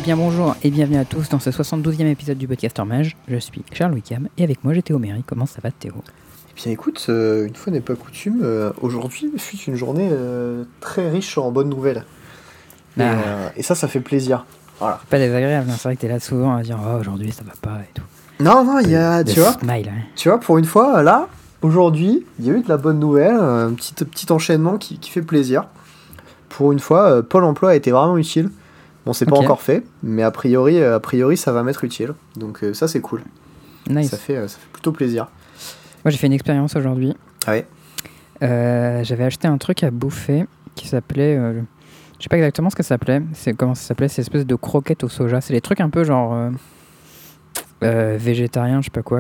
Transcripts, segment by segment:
bien bonjour et bienvenue à tous dans ce 72e épisode du Podcaster Mage. Je suis Charles Wickham et avec moi j'ai Théo Méry. Comment ça va Théo ? Eh bien écoute, une fois n'est pas coutume, aujourd'hui fut une journée très riche en bonnes nouvelles. Et ça fait plaisir. Voilà. C'est pas désagréable, hein. C'est vrai que t'es là souvent à dire oh, aujourd'hui ça va pas et tout. Non, il y a, tu vois, pour une fois, là, aujourd'hui, il y a eu de la bonne nouvelle, un petit enchaînement qui fait plaisir. Pour une fois, Pôle emploi a été vraiment utile. Bon, c'est pas encore fait, mais a priori, ça va m'être utile. Donc ça, c'est cool. Nice. Ça fait plutôt plaisir. Moi, j'ai fait une expérience aujourd'hui. Ah ouais. J'avais acheté un truc à bouffer qui s'appelait... je sais pas exactement ce que ça s'appelait. Comment ça s'appelait ? C'est une espèce de croquettes au soja. C'est des trucs un peu genre... végétariens, je sais pas quoi,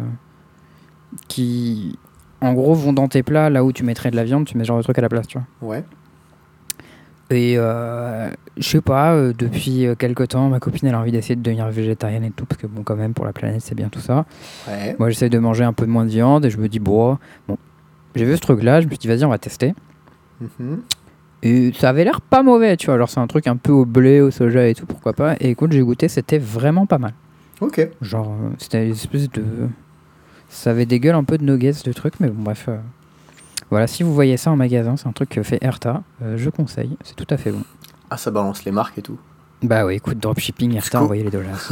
qui en gros vont dans tes plats là où tu mettrais de la viande, tu mets genre le truc à la place, tu vois. Ouais. Et je sais pas, depuis quelques temps, ma copine elle a envie d'essayer de devenir végétarienne et tout, parce que bon, quand même, pour la planète, c'est bien tout ça. Ouais. Moi, j'essaie de manger un peu moins de viande et je me dis, bon, j'ai vu ce truc-là, je me suis dit, vas-y, on va tester. Mm-hmm. Et ça avait l'air pas mauvais, tu vois. Alors, c'est un truc un peu au blé, au soja et tout, pourquoi pas. Et écoute, j'ai goûté, c'était vraiment pas mal. Ok. Genre, c'était une espèce de... Ça avait des gueules un peu de nuggets, de trucs, mais bon, bref... Voilà, si vous voyez ça en magasin, c'est un truc que fait Erta, je conseille, c'est tout à fait bon. Ah, ça balance les marques et tout. Bah oui, écoute, dropshipping, Erta, envoyez les dollars.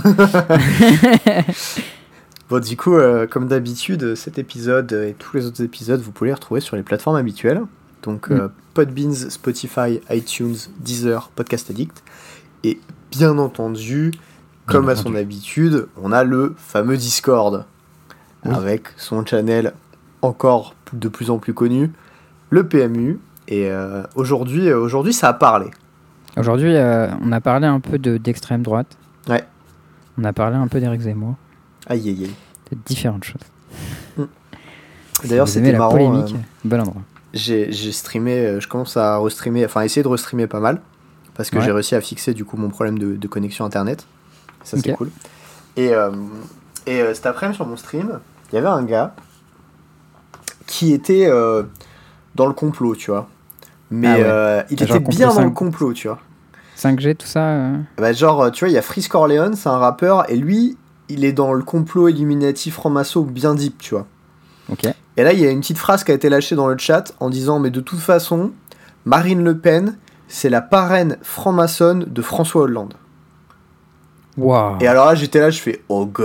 Bon, du coup, comme d'habitude, cet épisode et tous les autres épisodes, vous pouvez les retrouver sur les plateformes habituelles. Donc, Podbeans, Spotify, iTunes, Deezer, Podcast Addict. Et bien entendu, comme à son habitude, on a le fameux Discord. Oui. Avec son channel encore de plus en plus connu, le PMU. Et aujourd'hui, ça a parlé. Aujourd'hui, on a parlé un peu d'extrême droite. Ouais. On a parlé un peu d'Éric Zemmour. Aïe, aïe, aïe. De différentes choses. D'ailleurs, si c'était marrant. Polémique, bon endroit. J'ai streamé, je commence à restreamer, enfin essayer de restreamer pas mal, parce que j'ai réussi à fixer du coup mon problème de connexion internet. Ça, c'est cool. Et cet après-midi sur mon stream, il y avait un gars qui était dans le complot, tu vois. Mais il était bien dans le complot, tu vois. 5G, tout ça Bah, genre, tu vois, il y a Frisk Orleans, c'est un rappeur, et lui, il est dans le complot Illuminati franc-maçon bien deep, tu vois. Ok. Et là, il y a une petite phrase qui a été lâchée dans le chat en disant « Mais de toute façon, Marine Le Pen, c'est la parraine franc-maçonne de François Hollande. » Wow. Et alors là, j'étais là, je fais « Oh God !»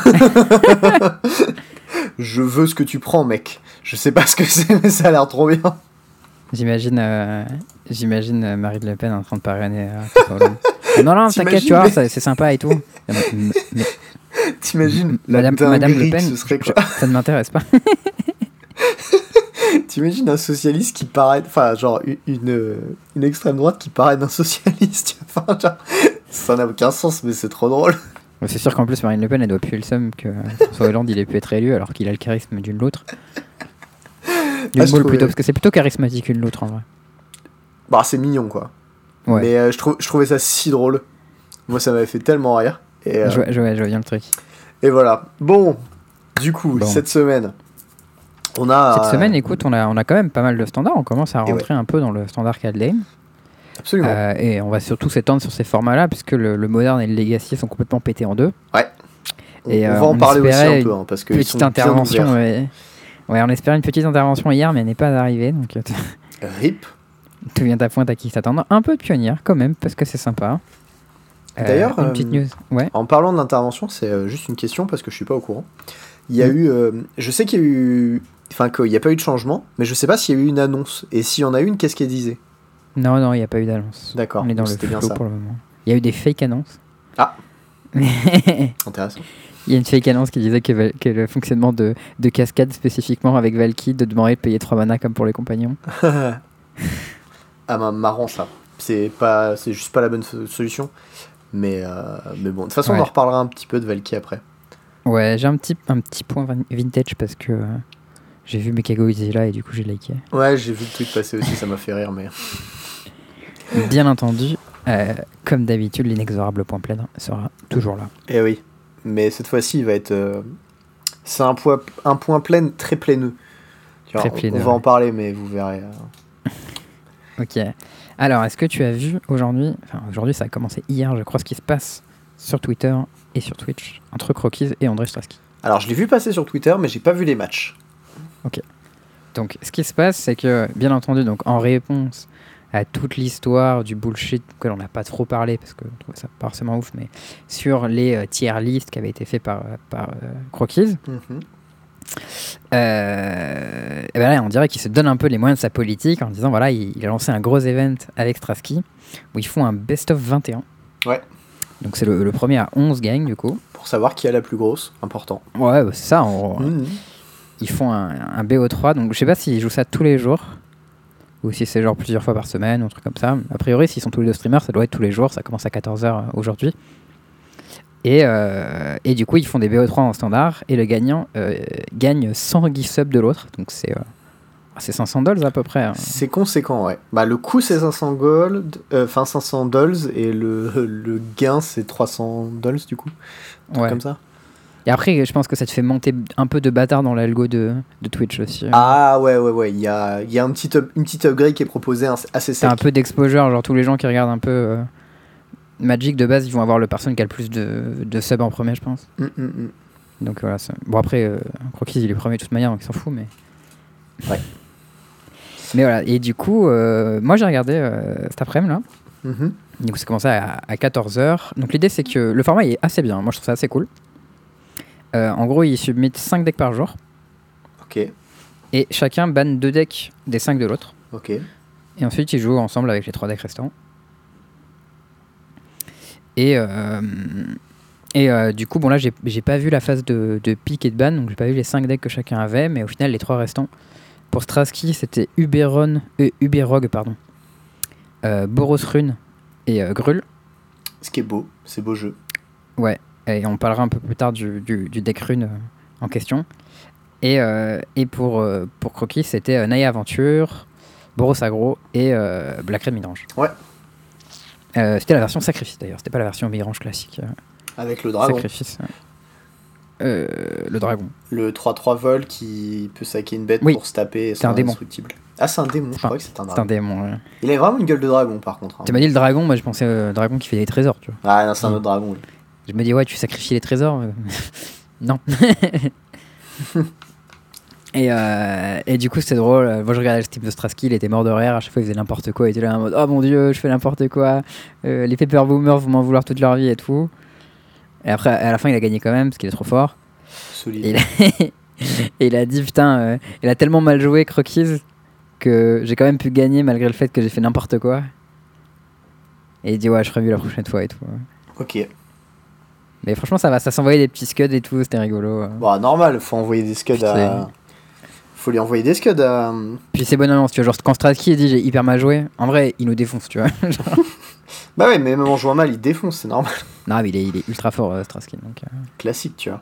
Je veux ce que tu prends, mec. Je sais pas ce que c'est, mais ça a l'air trop bien. J'imagine Marine Le Pen en train de parrainer François Hollande. Non, t'inquiète, tu vois, c'est sympa et tout. Mais... T'imagines Madame Le Pen, ce serait quoi ? Ça ne m'intéresse pas. T'imagines un socialiste qui parraine, enfin genre une extrême droite qui parraine un socialiste, enfin, genre, ça n'a aucun sens, mais c'est trop drôle. C'est sûr qu'en plus Marine Le Pen elle doit puer le seum que François Hollande il ait pu être élu alors qu'il a le charisme d'une l'autre. D'une boule plutôt, parce que c'est plutôt charismatique une l'autre en vrai. Bah c'est mignon quoi. Ouais. Mais je trouvais ça si drôle. Moi ça m'avait fait tellement rire. Et, je vois bien le truc. Et voilà. Bon, du coup, cette semaine, on a... Cette semaine, écoute, on a quand même pas mal de standards. On commence à rentrer un peu dans le standard Caldane. Absolument. Et on va surtout s'étendre sur ces formats-là, puisque le Modern et le Legacy sont complètement pétés en deux. Ouais. Et on va en parler aussi un peu, hein, parce que petite intervention. Ouais, on espérait une petite intervention hier, mais elle n'est pas arrivée. Donc, RIP. Tout vient à point à qui s'attendre. Un peu de pionnière, quand même, parce que c'est sympa. D'ailleurs, une petite news. Ouais. En parlant d'intervention, c'est juste une question parce que je suis pas au courant. Il y a eu, je sais qu'il y a eu, enfin qu'il n'y a pas eu de changement, mais je sais pas s'il y a eu une annonce. Et s'il y en a une, qu'est-ce qu'elle disait ? Non, il n'y a pas eu d'annonce. D'accord. On est dans le flou pour le moment. Il y a eu des fake annonces. Ah. Intéressant. Il y a une fake annonce qui disait que le fonctionnement de cascade spécifiquement avec Valky de demander de payer 3 mana comme pour les compagnons. Ah marrant ça. C'est juste pas la bonne solution. Mais bon, de toute façon, on en reparlera un petit peu de Valky après. Ouais, j'ai un petit point vintage parce que j'ai vu Mekago là et du coup j'ai liké. Ouais, j'ai vu le truc passer aussi, ça m'a fait rire, mais... Bien entendu, comme d'habitude, l'inexorable point plein sera toujours là. Eh oui, mais cette fois-ci, il va être... c'est un point plein très plaineux. On va en parler, mais vous verrez. Ok. Alors, est-ce que tu as vu aujourd'hui, ça a commencé hier, je crois, ce qui se passe sur Twitter et sur Twitch entre Croquis et André Straski. Alors, je l'ai vu passer sur Twitter, mais j'ai pas vu les matchs. Ok. Donc, ce qui se passe, c'est que, bien entendu, donc, en réponse à toute l'histoire du bullshit auquel on n'a pas trop parlé, parce que je trouve ça pas forcément ouf, mais sur les tier lists qui avaient été faits par Croquis, et ben là, on dirait qu'il se donne un peu les moyens de sa politique en disant, voilà, il a lancé un gros event avec Straski, où ils font un best-of 21. Ouais. Donc c'est le premier à 11 gangs, du coup. Pour savoir qui a la plus grosse, important. Ouais, c'est ça, en gros. Ils font un BO3, donc je sais pas s'ils jouent ça tous les jours, ou si c'est genre plusieurs fois par semaine, ou un truc comme ça. A priori, s'ils sont tous les deux streamers, ça doit être tous les jours, ça commence à 14h aujourd'hui. Et du coup, ils font des BO3 en standard, et le gagnant gagne 100 gift subs de l'autre, donc c'est 500 dollars à peu près. Hein. C'est conséquent, ouais. Bah, le coût, c'est 500 gold, 500 dollars, et le gain, c'est 300 dollars, du coup. Ouais. Comme ça. Et après, je pense que ça te fait monter un peu de bâtard dans l'algo de Twitch aussi. Ah ouais. Il y a une petite upgrade qui est proposée assez sec. T'as un peu d'exposure, genre tous les gens qui regardent un peu Magic de base, ils vont avoir le personne qui a le plus de subs en premier, je pense. Donc voilà. Bon, après, Croquis, il est premier de toute manière, donc il s'en fout, mais. Ouais. Mais voilà, et du coup, moi j'ai regardé cet après-midi là. Donc ça commençait à 14h. Donc l'idée c'est que le format est assez bien, moi je trouve ça assez cool. En gros, ils submittent 5 decks par jour. Ok. Et chacun banne 2 decks des 5 de l'autre. Ok. Et ensuite ils jouent ensemble avec les 3 decks restants. Et du coup, bon là j'ai pas vu la phase de pick et de ban, donc j'ai pas vu les 5 decks que chacun avait, mais au final les 3 restants. Pour Straski, c'était Uberog, Boros Rune et Grul. Ce qui est beau, c'est beau jeu. Ouais, et on parlera un peu plus tard du deck Rune en question. Et pour Croquis, c'était Naya Aventure, Boros Agro et Black Red Midrange. Ouais. C'était la version Sacrifice d'ailleurs, c'était pas la version Midrange classique. Avec le dragon. Sacrifice. Le dragon. Le 3-3 vol qui peut saquer une bête pour se taper et c'est un démon. Indestructible. Ah, c'est un démon, je crois que c'est un dragon. C'est un démon, ouais. Il a vraiment une gueule de dragon par contre. Hein. Tu m'as dit le dragon, moi je pensais au dragon qui fait des trésors, tu vois. Ah non, c'est un autre dragon, oui. Je me dis, ouais, tu sacrifies les trésors. Non. Et du coup, c'était drôle. Moi, je regardais le Steam de Straski, il était mort de rire. À chaque fois, il faisait n'importe quoi. Il était là en mode, oh mon dieu, je fais n'importe quoi. Les paper boomers vont m'en vouloir toute leur vie et tout. Et après, à la fin, il a gagné quand même parce qu'il est trop fort. Solide. Et il a dit, putain, il a tellement mal joué, Croquis, que j'ai quand même pu gagner malgré le fait que j'ai fait n'importe quoi. Et il dit, ouais, je ferai mieux la prochaine fois et tout. Ok. Mais franchement, ça va, ça s'envoyait des petits scuds et tout, c'était rigolo. Bon, normal, faut envoyer des scuds à. Faut lui envoyer des scuds à. Puis c'est bonne annonce, tu vois. Genre, quand Straski dit j'ai hyper mal joué, en vrai, il nous défonce, tu vois. Bah ouais, mais même en jouant mal, il défonce, c'est normal. Non, mais il est ultra fort, Straski. Donc, classique, tu vois.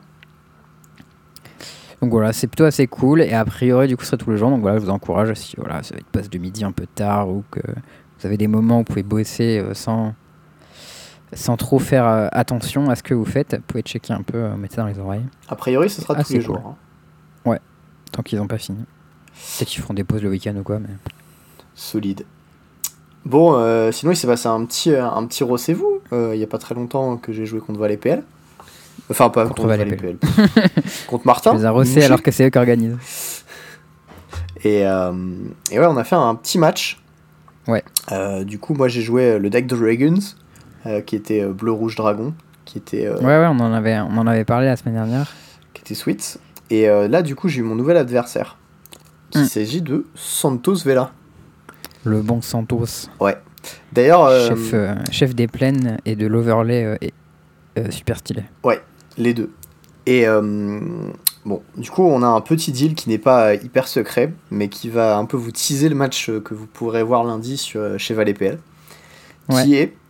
Donc voilà, c'est plutôt assez cool. Et a priori, du coup, ce serait tous les jours. Donc voilà, je vous encourage si voilà, ça va être passe de midi un peu tard ou que vous avez des moments où vous pouvez bosser sans trop faire attention à ce que vous faites. Vous pouvez checker un peu, mettez dans les oreilles. A priori, ce sera tous les jours. Hein. Ouais, tant qu'ils n'ont pas fini. Peut-être qu'ils feront des pauses le week-end ou quoi. Mais... Solide. Bon, sinon, il s'est passé un petit rossez-vous. Il n'y a pas très longtemps que j'ai joué contre ValetPL. Enfin, pas contre ValetPL. Contre Martin. Tu les as rossés alors que c'est eux qui organisent. Et ouais, on a fait un petit match. Ouais. Du coup, moi, j'ai joué le deck de Dragons. Qui était bleu-rouge dragon, qui était... Ouais, on en avait parlé la semaine dernière. Qui était sweet. Et là, du coup, j'ai eu mon nouvel adversaire, qui s'agit de Santos Vela. Le bon Santos. Ouais. D'ailleurs... chef des plaines et de l'overlay super stylé. Ouais, les deux. Et bon, du coup, on a un petit deal qui n'est pas hyper secret, mais qui va un peu vous teaser le match que vous pourrez voir lundi chez ValetPL. Ouais. Qui est...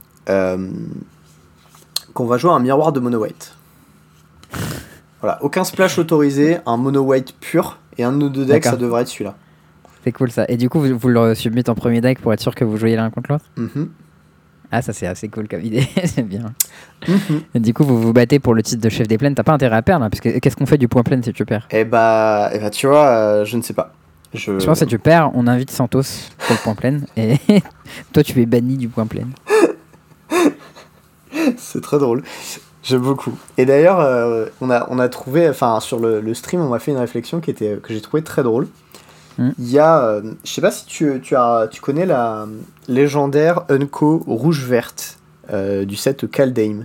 qu'on va jouer un miroir de mono white. Voilà, aucun splash autorisé, un mono white pur et un de nos deux decks, ça devrait être celui-là. C'est cool ça. Et du coup, vous le submettez en premier deck pour être sûr que vous jouez l'un contre l'autre. Ah, ça c'est assez cool comme idée, c'est bien. Et du coup, vous vous battez pour le titre de chef des plaines. T'as pas intérêt à perdre, hein, parce que qu'est-ce qu'on fait du point plein si tu perds? Eh bah, tu vois, je ne sais pas. Je pense que tu perds, on invite Santos pour le point plein et toi tu es banni du point plein. C'est très drôle. J'aime beaucoup. Et d'ailleurs, on a trouvé, enfin sur le stream, on m'a fait une réflexion que j'ai trouvé très drôle. Il y a, je sais pas si tu connais la légendaire Unco rouge-verte du set Kaldheim.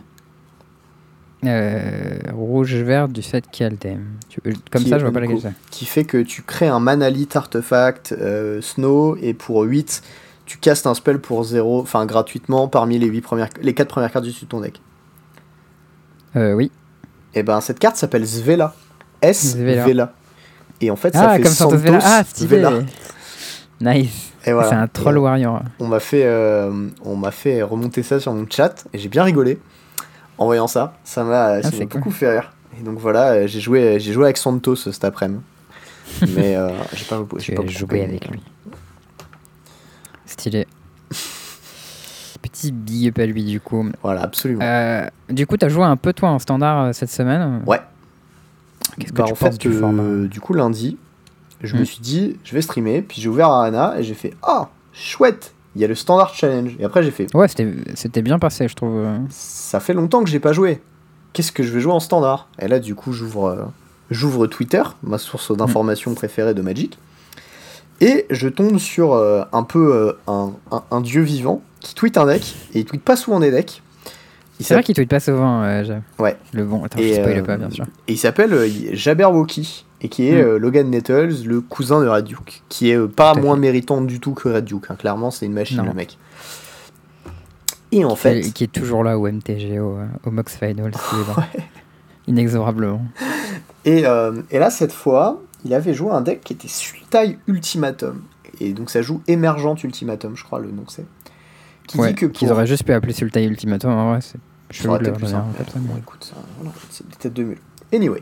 Rouge-vert du set Kaldheim. Comme ça, je vois pas laquelle c'est. Qui fait que tu crées un Manalith artefact Snow et pour 8, tu castes un spell pour 0, enfin gratuitement parmi les 4 premières cartes du-dessus de ton deck. Oui. Et ben cette carte s'appelle Svela. Svela. Et en fait, ça fait comme Santos Vela. Ah, stylé. Vela. Nice. Voilà. C'est un troll warrior. On m'a fait remonter ça sur mon chat et j'ai bien rigolé en voyant ça. Ça m'a beaucoup fait rire. Et donc voilà, j'ai joué avec Santos cet après-midi. Mais j'ai pas joué avec lui. Stylé. Petit big up à lui du coup. Voilà, absolument. Du coup, t'as joué un peu toi en standard cette semaine. Ouais. Qu'est-ce que tu penses du format ? Du coup, lundi, je me suis dit, je vais streamer, puis j'ai ouvert Arena et j'ai fait chouette, il y a le standard challenge. Et après, j'ai fait ouais, c'était bien passé, je trouve. Ça fait longtemps que j'ai pas joué. Qu'est-ce que je vais jouer en standard ? Et là, du coup, j'ouvre Twitter, ma source d'information préférée de Magic, et je tombe sur un dieu vivant qui tweet un deck, et il tweet pas souvent des decks. C'est vrai qu'il tweet pas souvent. Ouais. Le bon. Attends, je spoil pas, bien sûr. Et il s'appelle Jabberwocky, et qui est Logan Nettles, le cousin de Red Duke, qui est pas moins méritant du tout que Red Duke. Hein. Clairement, c'est une machine, le mec. Et en fait... Qui est toujours là au MTG, au Mox Finals. Ouais. Inexorablement. Et là, cette fois, il avait joué un deck qui était Sultai Ultimatum. Et donc, ça joue Émergente Ultimatum, je crois, le nom c'est. Qui dit que qu'ils auraient juste pu appeler Sultai Ultimatum. En vrai, c'est chelou de leur donner un comme ça. Bon, écoute, ça, voilà, c'est des têtes de mule. Anyways.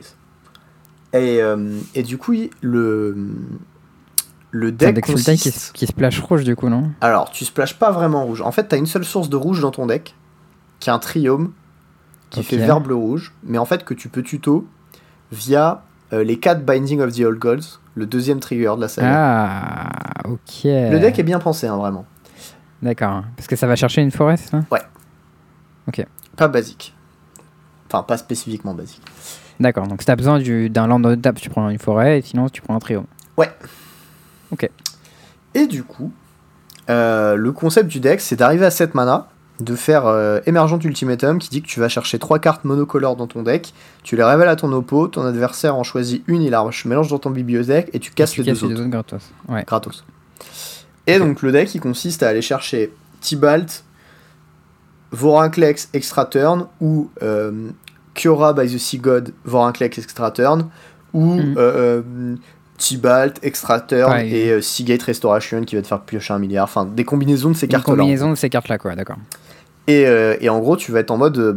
Et du coup, le deck consiste... Sultai qui splash rouge, du coup, non ? Alors, tu splashes pas vraiment rouge. En fait, t'as une seule source de rouge dans ton deck, qui est un Triome, qui fait vert, bleu, rouge, mais en fait, que tu peux tuto via les 4 Binding of the Old Gods, le deuxième trigger de la saga. Ah, ok. Le deck est bien pensé, hein, vraiment. D'accord. Parce que ça va chercher une forêt, c'est ça ? Ouais. Ok. Pas basique. Enfin, pas spécifiquement basique. D'accord. Donc, si t'as besoin d'un land de table, tu prends une forêt, et sinon, tu prends un trio. Ouais. Ok. Et du coup, le concept du deck, c'est d'arriver à 7 mana, de faire Émergente Ultimatum, qui dit que tu vas chercher 3 cartes monocolores dans ton deck, tu les révèles à ton oppo, ton adversaire en choisit une, il la mélange dans ton bibliothèque, et tu casses les deux autres. Gratos. Ouais. Gratos. Et donc le deck, il consiste à aller chercher Tibalt, Vorinclex Extra Turn, ou Kiora by the Sea God, Vorinclex Extra Turn, ou Tibalt, Extra Turn et Seagate Restoration qui va te faire piocher 1 milliard. Enfin, des combinaisons de ces cartes-là. Des combinaisons de ces cartes-là, quoi, d'accord. Et en gros, tu vas être en mode,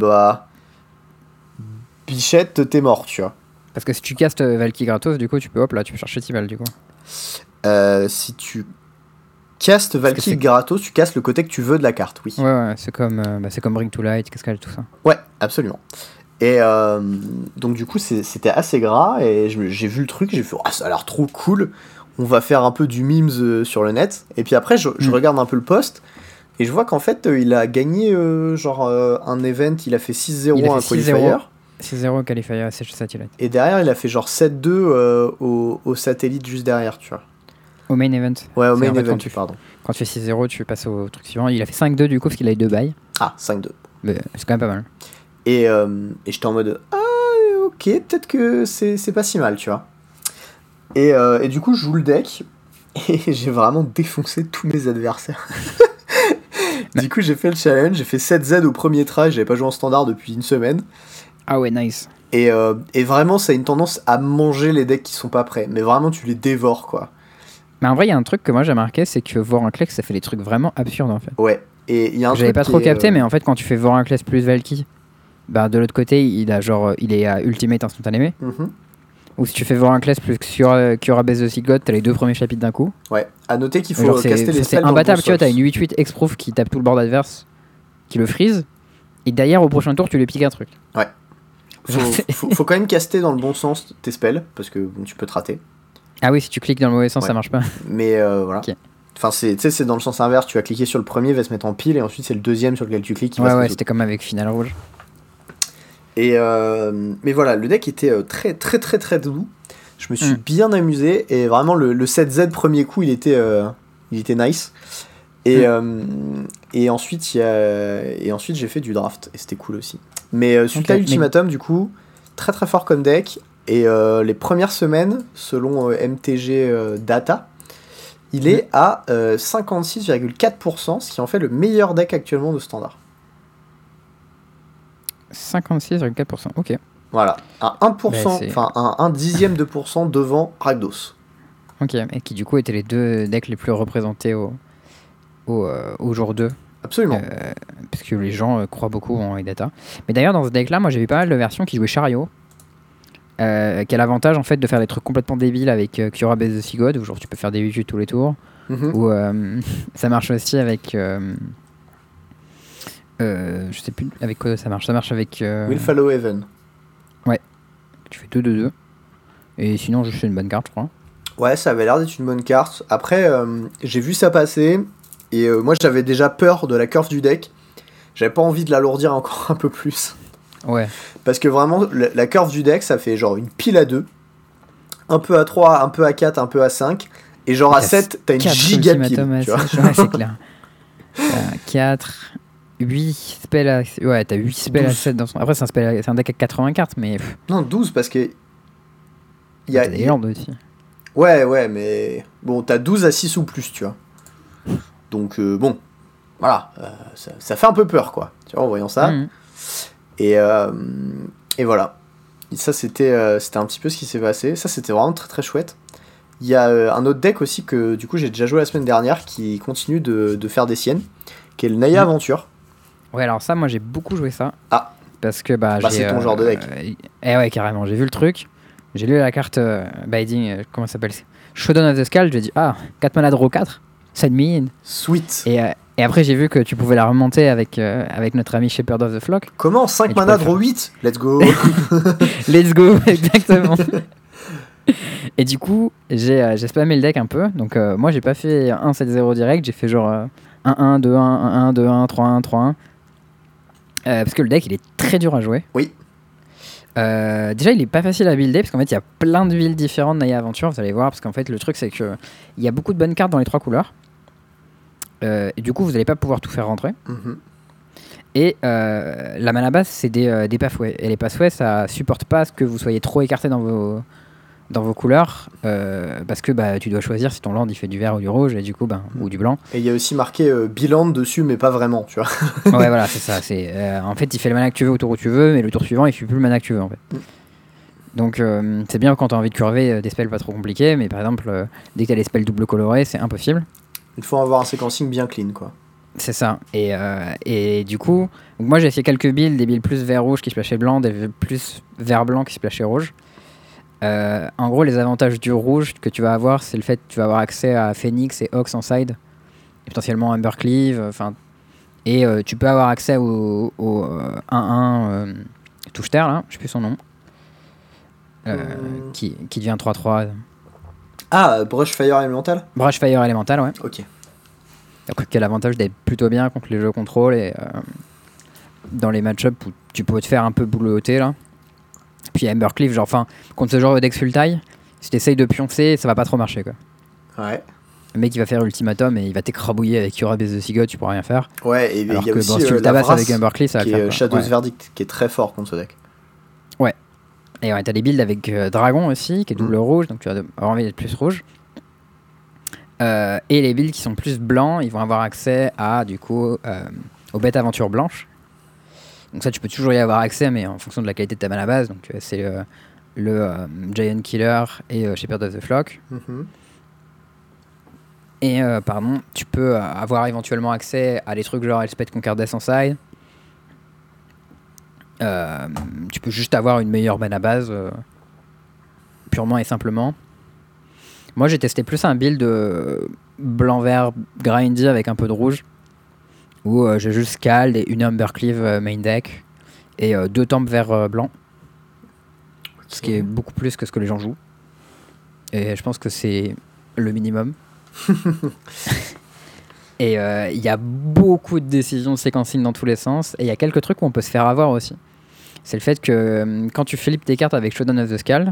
bichette, t'es mort, tu vois. Parce que si tu castes Valky gratos, du coup, tu peux chercher Tibalt, du coup. Si tu castes Valky gratos, tu casses le côté que tu veux de la carte, oui. Ouais, c'est comme Bring to Light, Cascade, tout ça. Ouais, absolument. Et donc du coup c'était assez gras et j'ai vu le truc, j'ai fait ça a l'air trop cool, on va faire un peu du memes sur le net. Et puis après je regarde un peu le post et je vois qu'en fait il a gagné un event, il a fait 6-0 un qualifier. 6-0 qualifier, c'est satellite. Et derrière il a fait genre 7-2 au satellite juste derrière, tu vois. Au main event. Ouais, au main event, pardon. Quand tu fais 6-0, tu passes au truc suivant. Il a fait 5-2 du coup parce qu'il a eu 2 bails. Ah, 5-2. Mais c'est quand même pas mal. Et j'étais en mode ok, peut-être que c'est pas si mal, tu vois. Et du coup, je joue le deck et j'ai vraiment défoncé tous mes adversaires. Du coup, j'ai fait le challenge, j'ai fait 7Z au premier try, j'avais pas joué en standard depuis une semaine. Ah ouais, nice. Et vraiment, ça a une tendance à manger les decks qui sont pas prêts. Mais vraiment, tu les dévores, quoi. Mais en vrai, il y a un truc que moi j'ai remarqué, c'est que Vorinclex, ça fait des trucs vraiment absurdes, en fait. Ouais. Et il y a un J'avais pas trop capté, mais en fait, quand tu fais Vorinclex plus Valky, de l'autre côté, il est à Ultimate instantanément. Ou si tu fais Vorinclex plus Kiora Base the Sea God, t'as les 2 premiers chapitres d'un coup. Ouais, à noter qu'il faut caster les spells. C'est imbattable, tu vois, t'as une 8-8 Exproof qui tape tout le board adverse, qui le freeze, et derrière, au prochain tour, tu lui piques un truc. Ouais. Faut quand même caster dans le bon sens tes spells, parce que bon, tu peux te rater. Ah oui, si tu cliques dans le mauvais sens, Ouais. ça marche pas. Mais voilà. Ok. Enfin, c'est dans le sens inverse. Tu vas cliquer sur le premier, il va se mettre en pile, et ensuite c'est le deuxième sur lequel tu cliques qui va se Ouais, résoudre. c'était comme avec Final Rouge. Et mais voilà, le deck était très très très très doux. Je me suis bien amusé et vraiment le 7Z premier coup il était nice. Et ensuite j'ai fait du draft et c'était cool aussi. Mais celui-là Ultimatum du coup très très fort comme deck et les premières semaines selon MTG Data il est à 56,4%, ce qui en fait le meilleur deck actuellement de standard. 56,4%, ok. Voilà, à 1%, enfin un dixième de pourcent devant Rakdos. Ok, et qui du coup étaient les deux decks les plus représentés au jour 2. Absolument. Parce que les gens croient beaucoup en Data. Mais d'ailleurs, dans ce deck-là, moi j'ai vu pas mal de versions qui jouaient Chariot. Qui a l'avantage en fait de faire des trucs complètement débiles avec Kiora Base the Sea God, où genre tu peux faire des 8 tous les tours. Ou ça marche aussi avec. Je sais plus avec quoi ça marche. Ça marche avec. Will Follow Heaven. Ouais. Tu fais 2-2-2. Et sinon, juste une bonne carte, je crois. Ouais, ça avait l'air d'être une bonne carte. Après, j'ai vu ça passer. Et moi, j'avais déjà peur de la curve du deck. J'avais pas envie de l'alourdir encore un peu plus. Ouais. Parce que vraiment, la curve du deck, ça fait genre une pile à 2. Un peu à 3, un peu à 4, un peu à 5. Et genre à 7, t'as une giga pile. Tu vois ouais, c'est clair. 4, 8 spells à... Ouais, t'as 8 spells 12. À 7 dans son... Après, c'est un deck à 80 cartes, mais... Non, 12 parce que... T'as des landes aussi. Ouais, mais... Bon, t'as 12 à 6 ou plus, tu vois. Donc, bon... Voilà. Ça fait un peu peur, quoi. Tu vois, en voyant ça. Et voilà. Et ça, c'était un petit peu ce qui s'est passé. Ça, c'était vraiment très très chouette. Il y a un autre deck aussi que du coup j'ai déjà joué la semaine dernière qui continue de faire des siennes, qui est le Naya Aventure. Ouais, alors ça, moi j'ai beaucoup joué ça. Ah. Parce que j'ai, c'est ton genre de deck. Ouais, carrément. J'ai vu le truc. J'ai lu la carte Binding, comment ça s'appelle, Showdown of the Skull. J'ai dit 4 mana draw 4, send me in. Sweet. Et après j'ai vu que tu pouvais la remonter avec notre ami Shepherd of the Flock. Comment 5 mana draw 8? Let's go. Let's go, exactement. Et du coup, j'ai spammé le deck un peu. Donc moi j'ai pas fait 1-7-0 direct, j'ai fait genre 1-1, 2-1, 1-1, 2-1, 3-1, 3-1. Parce que le deck il est très dur à jouer. Oui. Déjà il est pas facile à builder parce qu'en fait il y a plein de villes différentes Naya Aventure, vous allez voir, parce qu'en fait le truc c'est que il y a beaucoup de bonnes cartes dans les 3 couleurs. Et du coup vous allez pas pouvoir tout faire rentrer. Et la mana base c'est des pathways. Et les pathways ça supporte pas ce que vous soyez trop écarté dans vos couleurs, parce que tu dois choisir si ton land il fait du vert ou du rouge, et du coup ou du blanc. Et il y a aussi marqué bilan dessus, mais pas vraiment, tu vois. Ouais, voilà, c'est ça. En fait, il fait le mana que tu veux au tour où tu veux, mais le tour suivant, il fait plus le mana que tu veux en fait. Donc c'est bien quand tu as envie de curver des spells pas trop compliqués, mais par exemple, dès que tu as les spells double colorés, c'est impossible. Il faut avoir un séquencing bien clean, quoi. C'est ça. Et du coup, donc moi j'ai fait quelques builds, des builds plus vert rouge qui splashaient blanc, des plus vert blanc qui splashaient rouge. En gros, les avantages du rouge que tu vas avoir, c'est le fait que tu vas avoir accès à Phoenix et Ox en side, et potentiellement Embercleave, et tu peux avoir accès au 1-1 touche-terre, là, je sais plus son nom, qui devient 3-3. Ah, Brushfire Elemental. Brushfire Elemental, ouais. Ok. Donc, qui a l'avantage d'être plutôt bien contre les jeux contrôle et dans les match-ups où tu peux te faire un peu boulotter, là. Puis Embercleave, contre ce genre de deck full taille, si t'essayes de pioncer, ça va pas trop marcher, quoi. Ouais. Le mec il va faire Ultimatum et il va t'écrabouiller avec Kiora Base the Sea God, tu pourras rien faire. Ouais, et il y a aussi si tu le tabasses avec Embercleave, ça va qui le faire. Est Shadow's Verdict, qui est très fort contre ce deck. Ouais. Et ouais, t'as des builds avec Dragon aussi, qui est double rouge, donc tu vas avoir envie d'être plus rouge. Et les builds qui sont plus blancs, ils vont avoir accès à, du coup, aux bêtes aventures blanches. Donc ça, tu peux toujours y avoir accès, mais en fonction de la qualité de ta mana base. Donc c'est le Giant Killer et Shepherd of the Flock. Et tu peux avoir éventuellement accès à des trucs genre Elspeth Conqueress en side. Tu peux juste avoir une meilleure mana base, purement et simplement. Moi j'ai testé plus un build blanc-vert grindy avec un peu de rouge, où j'ai juste Scald et une Embercleave main deck, et 2 tempes vert blanc, ce qui est beaucoup plus que ce que les gens jouent. Et je pense que c'est le minimum. Et il y a beaucoup de décisions de séquencing dans tous les sens. Et il y a quelques trucs où on peut se faire avoir aussi. C'est le fait que quand tu flippes tes cartes avec Showdown of the Skull,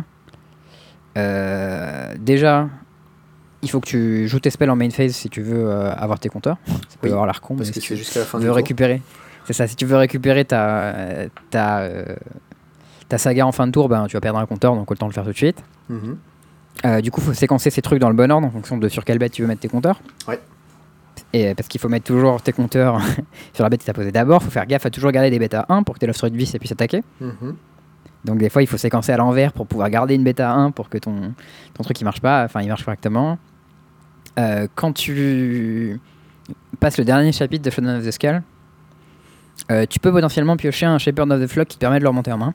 déjà, il faut que tu joues tes spells en main phase si tu veux avoir tes compteurs. Ça peut avoir l'air con, parce mais que si c'est tu jusqu'à la fin veux récupérer. C'est ça, si tu veux récupérer ta saga en fin de tour, ben, tu vas perdre un compteur, donc autant le faire tout de suite. Du coup, il faut séquencer ces trucs dans le bon ordre en fonction de sur quelle bête tu veux mettre tes compteurs. Ouais. Et parce qu'il faut mettre toujours tes compteurs sur la bête que tu as posée d'abord. Il faut faire gaffe à toujours garder des bêtes à 1 pour que tes Lost Vice puissent attaquer. Donc des fois, il faut séquencer à l'envers pour pouvoir garder une bêta à 1 pour que ton truc il marche correctement. Quand tu passes le dernier chapitre de Showdown of the Skull, tu peux potentiellement piocher un Shepherd of the Flock qui te permet de le remonter en main.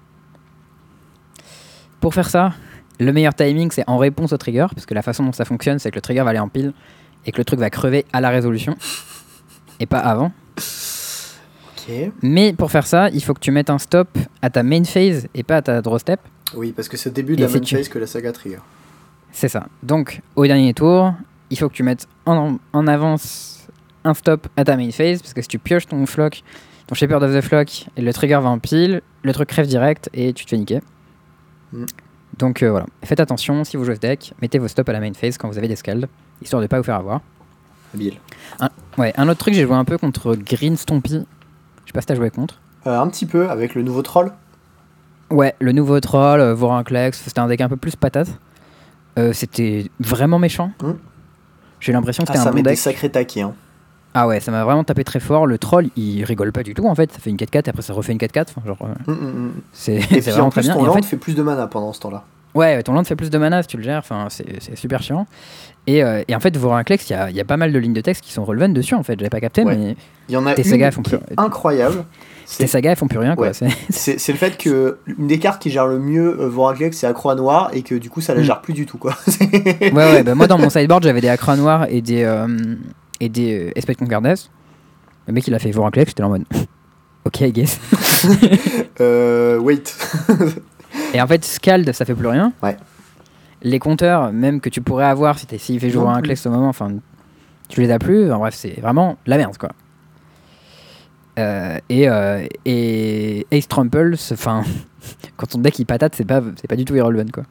Pour faire ça, le meilleur timing c'est en réponse au trigger, parce que la façon dont ça fonctionne c'est que le trigger va aller en pile et que le truc va crever à la résolution et pas avant. Okay. Mais pour faire ça, il faut que tu mettes un stop à ta main phase et pas à ta draw step. Oui, parce que c'est au début de la main phase que la saga trigger. C'est ça. Donc, au dernier tour, il faut que tu mettes en avance un stop à ta main phase, parce que si tu pioches ton flock, ton Shepherd of the Flock, et le trigger va en pile, le truc crève direct et tu te fais niquer. Donc voilà. Faites attention, si vous jouez ce deck, mettez vos stops à la main phase quand vous avez des scalds, histoire de pas vous faire avoir. Habile. Un autre truc, j'ai joué un peu contre Green Stompy. Je sais pas si t'as joué contre. Un petit peu, avec le nouveau troll. Ouais, le nouveau troll, Vorinclex, c'était un deck un peu plus patate. C'était vraiment méchant. J'ai l'impression que c'était un bon deck. Ça met des sacrés taquets. Hein. Ah ouais, ça m'a vraiment tapé très fort. Le troll, il rigole pas du tout en fait. Ça fait une 4-4 et après ça refait une 4-4. Enfin, genre, c'est vraiment très bien. Ton land fait plus de mana pendant ce temps-là. Ouais, ton land fait plus de mana si tu le gères. Enfin, c'est super chiant. Et en fait, Vorinclex, il y a pas mal de lignes de texte qui sont relevant dessus en fait. J'avais pas capté, mais il y en a tes sagas font plus... incroyable. Tes sagas elles font plus rien quoi. Ouais. C'est le fait que une des cartes qui gère le mieux Vorinclex c'est Accroix Noir et que du coup ça la gère plus du tout quoi. ouais, bah moi dans mon sideboard j'avais des Accroix Noirs et des Esprit Concardes. Le mec il a fait Vorinclex, j'étais en mode ok I guess. Wait. Et en fait Scald ça fait plus rien. Ouais. Les compteurs même que tu pourrais avoir s'il fait jouer Vorinclex au moment, enfin tu les as plus. En bref c'est vraiment la merde quoi. Et Ace Trample, enfin quand ton deck il patate c'est pas du tout irrelevant quoi.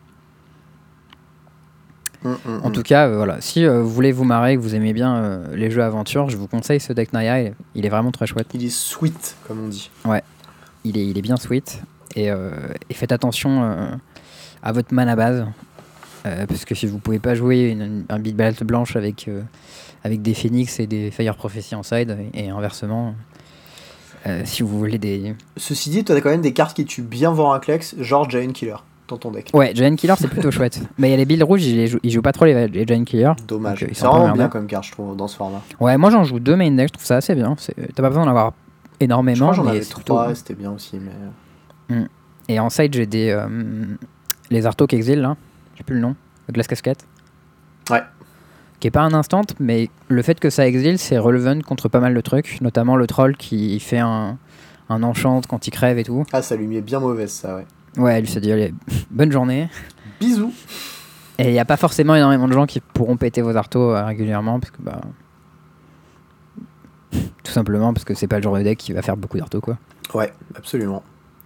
En tout cas voilà, si vous voulez vous marrer, que vous aimez bien les jeux aventure, je vous conseille ce deck Naya, il est vraiment très chouette. Il est sweet comme on dit. Ouais, il est bien sweet et faites attention à votre mana base parce que si vous pouvez pas jouer un Big Ballast blanche avec des Phoenix et des Fire Prophecy en side et inversement. Si vous voulez des... Ceci dit, toi t'as quand même des cartes qui tuent bien Vorinclex, genre Giant Killer, dans ton deck. Ouais, Giant Killer c'est plutôt chouette. Mais il y a les builds rouges, ils jouent pas trop les Giant Killer. Dommage. C'est vraiment bien comme carte, je trouve, dans ce format. Ouais, moi j'en joue 2 main deck, je trouve ça assez bien. T'as pas besoin d'en avoir énormément. Je crois que j'en avais 3, c'était bien aussi. Mais... Et en side, j'ai des... les Artok Exil, là. J'ai plus le nom. Glace Casquette. Ouais. Qui est pas un instant, mais le fait que ça exile, c'est relevant contre pas mal de trucs, notamment le troll qui fait un enchant quand il crève et tout. Ah, ça lui met bien mauvaise, ça, ouais. Ouais, lui s'est dit, allez, bonne journée. Bisous. Et il n'y a pas forcément énormément de gens qui pourront péter vos artos régulièrement, parce que, tout simplement parce que c'est pas le genre de deck qui va faire beaucoup d'artos, quoi. Ouais, absolument.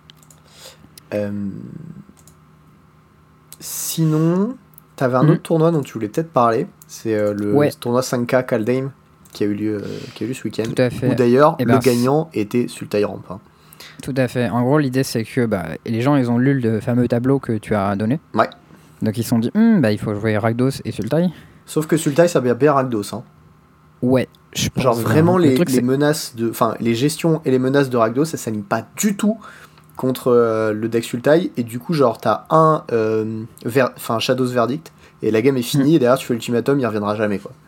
Sinon... T'avais un autre tournoi dont tu voulais peut-être parler, c'est le tournoi 5K Kaldheim qui a eu lieu ce week-end. Tout à fait. Où d'ailleurs le gagnant était Sultai Ramp. Hein. Tout à fait. En gros, l'idée c'est que les gens ils ont lu le fameux tableau que tu as donné. Ouais. Donc ils se sont dit il faut jouer Rakdos et Sultai. Sauf que Sultai ça va bien Rakdos. Hein. Ouais. Je pense genre vraiment les menaces les gestions et les menaces de Rakdos ça s'aligne pas du tout contre le deck Sultai et du coup genre t'as Shadow's Verdict et la game est finie et derrière tu fais l'ultimatum, il reviendra jamais quoi.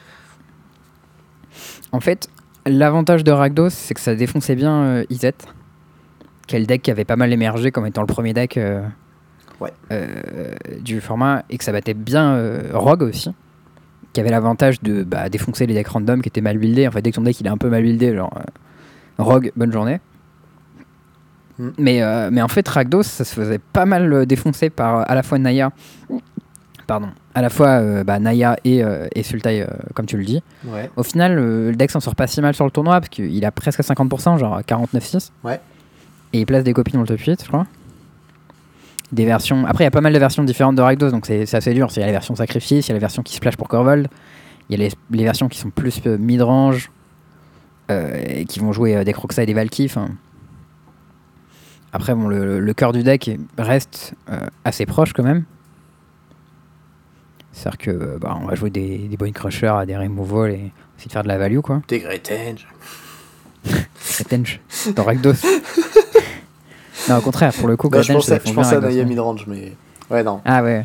En fait l'avantage de Rakdos c'est que ça défonçait bien Izet, qui est le deck qui avait pas mal émergé comme étant le premier deck du format, et que ça battait bien Rogue aussi, qui avait l'avantage de défoncer les decks random qui étaient mal buildés. En fait dès que ton deck il est un peu mal buildé, genre Rogue bonne journée. Mais en fait Rakdos ça se faisait pas mal défoncer par à la fois Naya Pardon. À la fois Naya et Sultai, comme tu le dis. Ouais. Au final, le deck s'en sort pas si mal sur le tournoi, parce qu'il a presque 50%, genre 49-6. Ouais. Et il place des copies dans le top 8, je crois. Des versions... Après, il y a pas mal de versions différentes de Rakdos, donc c'est assez dur. Il y a la version sacrifice, il y a la version qui splash pour Corvold, il y a les versions qui sont plus mid-range, et qui vont jouer des Croxa et des Valky. Après, bon, le cœur du deck reste assez proche quand même. C'est-à-dire que on va jouer des Bone Crusher à des Removal et essayer de faire de la value, quoi. Des Gretenj. Gretenj dans Rakdos. Non, au contraire, pour le coup, Non, je Gretenj, pensais à Naya midrange, mais... Ouais, non. Ah ouais.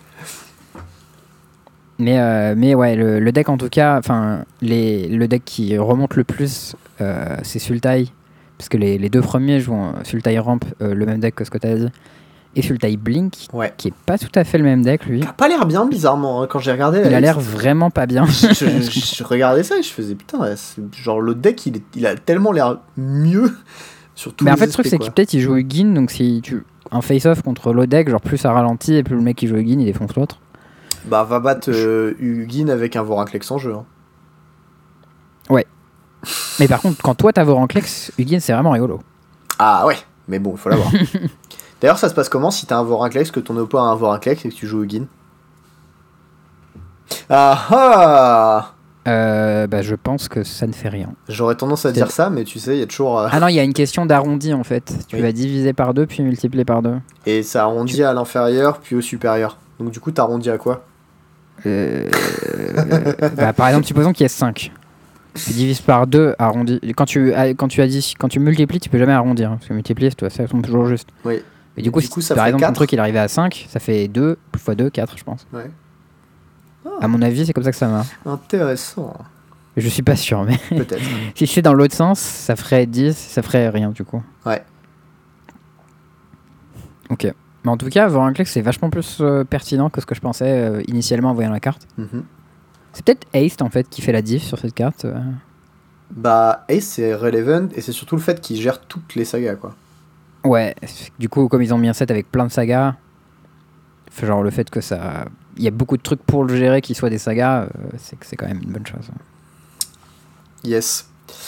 Mais ouais, le deck en tout cas, enfin, le deck qui remonte le plus, c'est Sultai. Parce que les deux premiers jouent Sultai Ramp, le même deck que ce que tu as dit. Et Sultai Blink, Ouais. qui est pas tout à fait le même deck, lui. Il a pas l'air bien, bizarrement, hein. Quand j'ai regardé la Il a liste, l'air vraiment pas bien. je regardais ça et je faisais putain, ouais, genre le deck il a tellement l'air mieux sur tous Mais les en fait, le truc, aspects, c'est quoi. qu'il peut-être il joue Hugin, donc si tu. Un face-off contre l'autre deck, genre plus à ralenti, et plus le mec qui joue Hugin, il défonce l'autre. Bah, va battre Hugin avec un Vorinclex en jeu. Hein. Mais par contre, quand toi t'as Vorinclex, Hugin c'est vraiment rigolo. Ah ouais, mais bon, il faut l'avoir. D'ailleurs, ça se passe comment si t'as un Vorinclex, que ton oppo a un Vorinclex et que tu joues Hugin? Ah ah Je pense que ça ne fait rien. J'aurais tendance à dire ça, mais tu sais, il y a toujours... Ah non, il y a une question d'arrondi en fait. Tu vas diviser par 2 puis multiplier par 2. Et ça arrondit à l'inférieur puis au supérieur. Donc du coup, t'arrondis à quoi? Par exemple, supposons qu'il y ait 5. Tu divises par 2, arrondi. Quand tu multiplies, tu peux jamais arrondir. Parce que multiplier, ça tombe toujours juste. Oui. Et du coup, ça si par fait exemple 4. ton truc il arrivait à 5, ça fait 2 x 2, 4 je pense. Ouais. À mon avis, c'est comme ça que ça marche. Intéressant. Je suis pas sûr, mais Peut-être. si c'est dans l'autre sens, ça ferait 10, ça ferait rien du coup. Ouais. Ok. Mais en tout cas, Vorinclex c'est vachement plus pertinent que ce que je pensais initialement en voyant la carte. Mhm. C'est peut-être Haste en fait qui fait la diff sur cette carte. Bah, Ace c'est relevant et c'est surtout le fait qu'il gère toutes les sagas, quoi. Ouais, du coup, comme ils ont mis un set avec plein de sagas, genre le fait que ça. Il y a beaucoup de trucs pour le gérer qui soient des sagas, c'est quand même une bonne chose. Yes.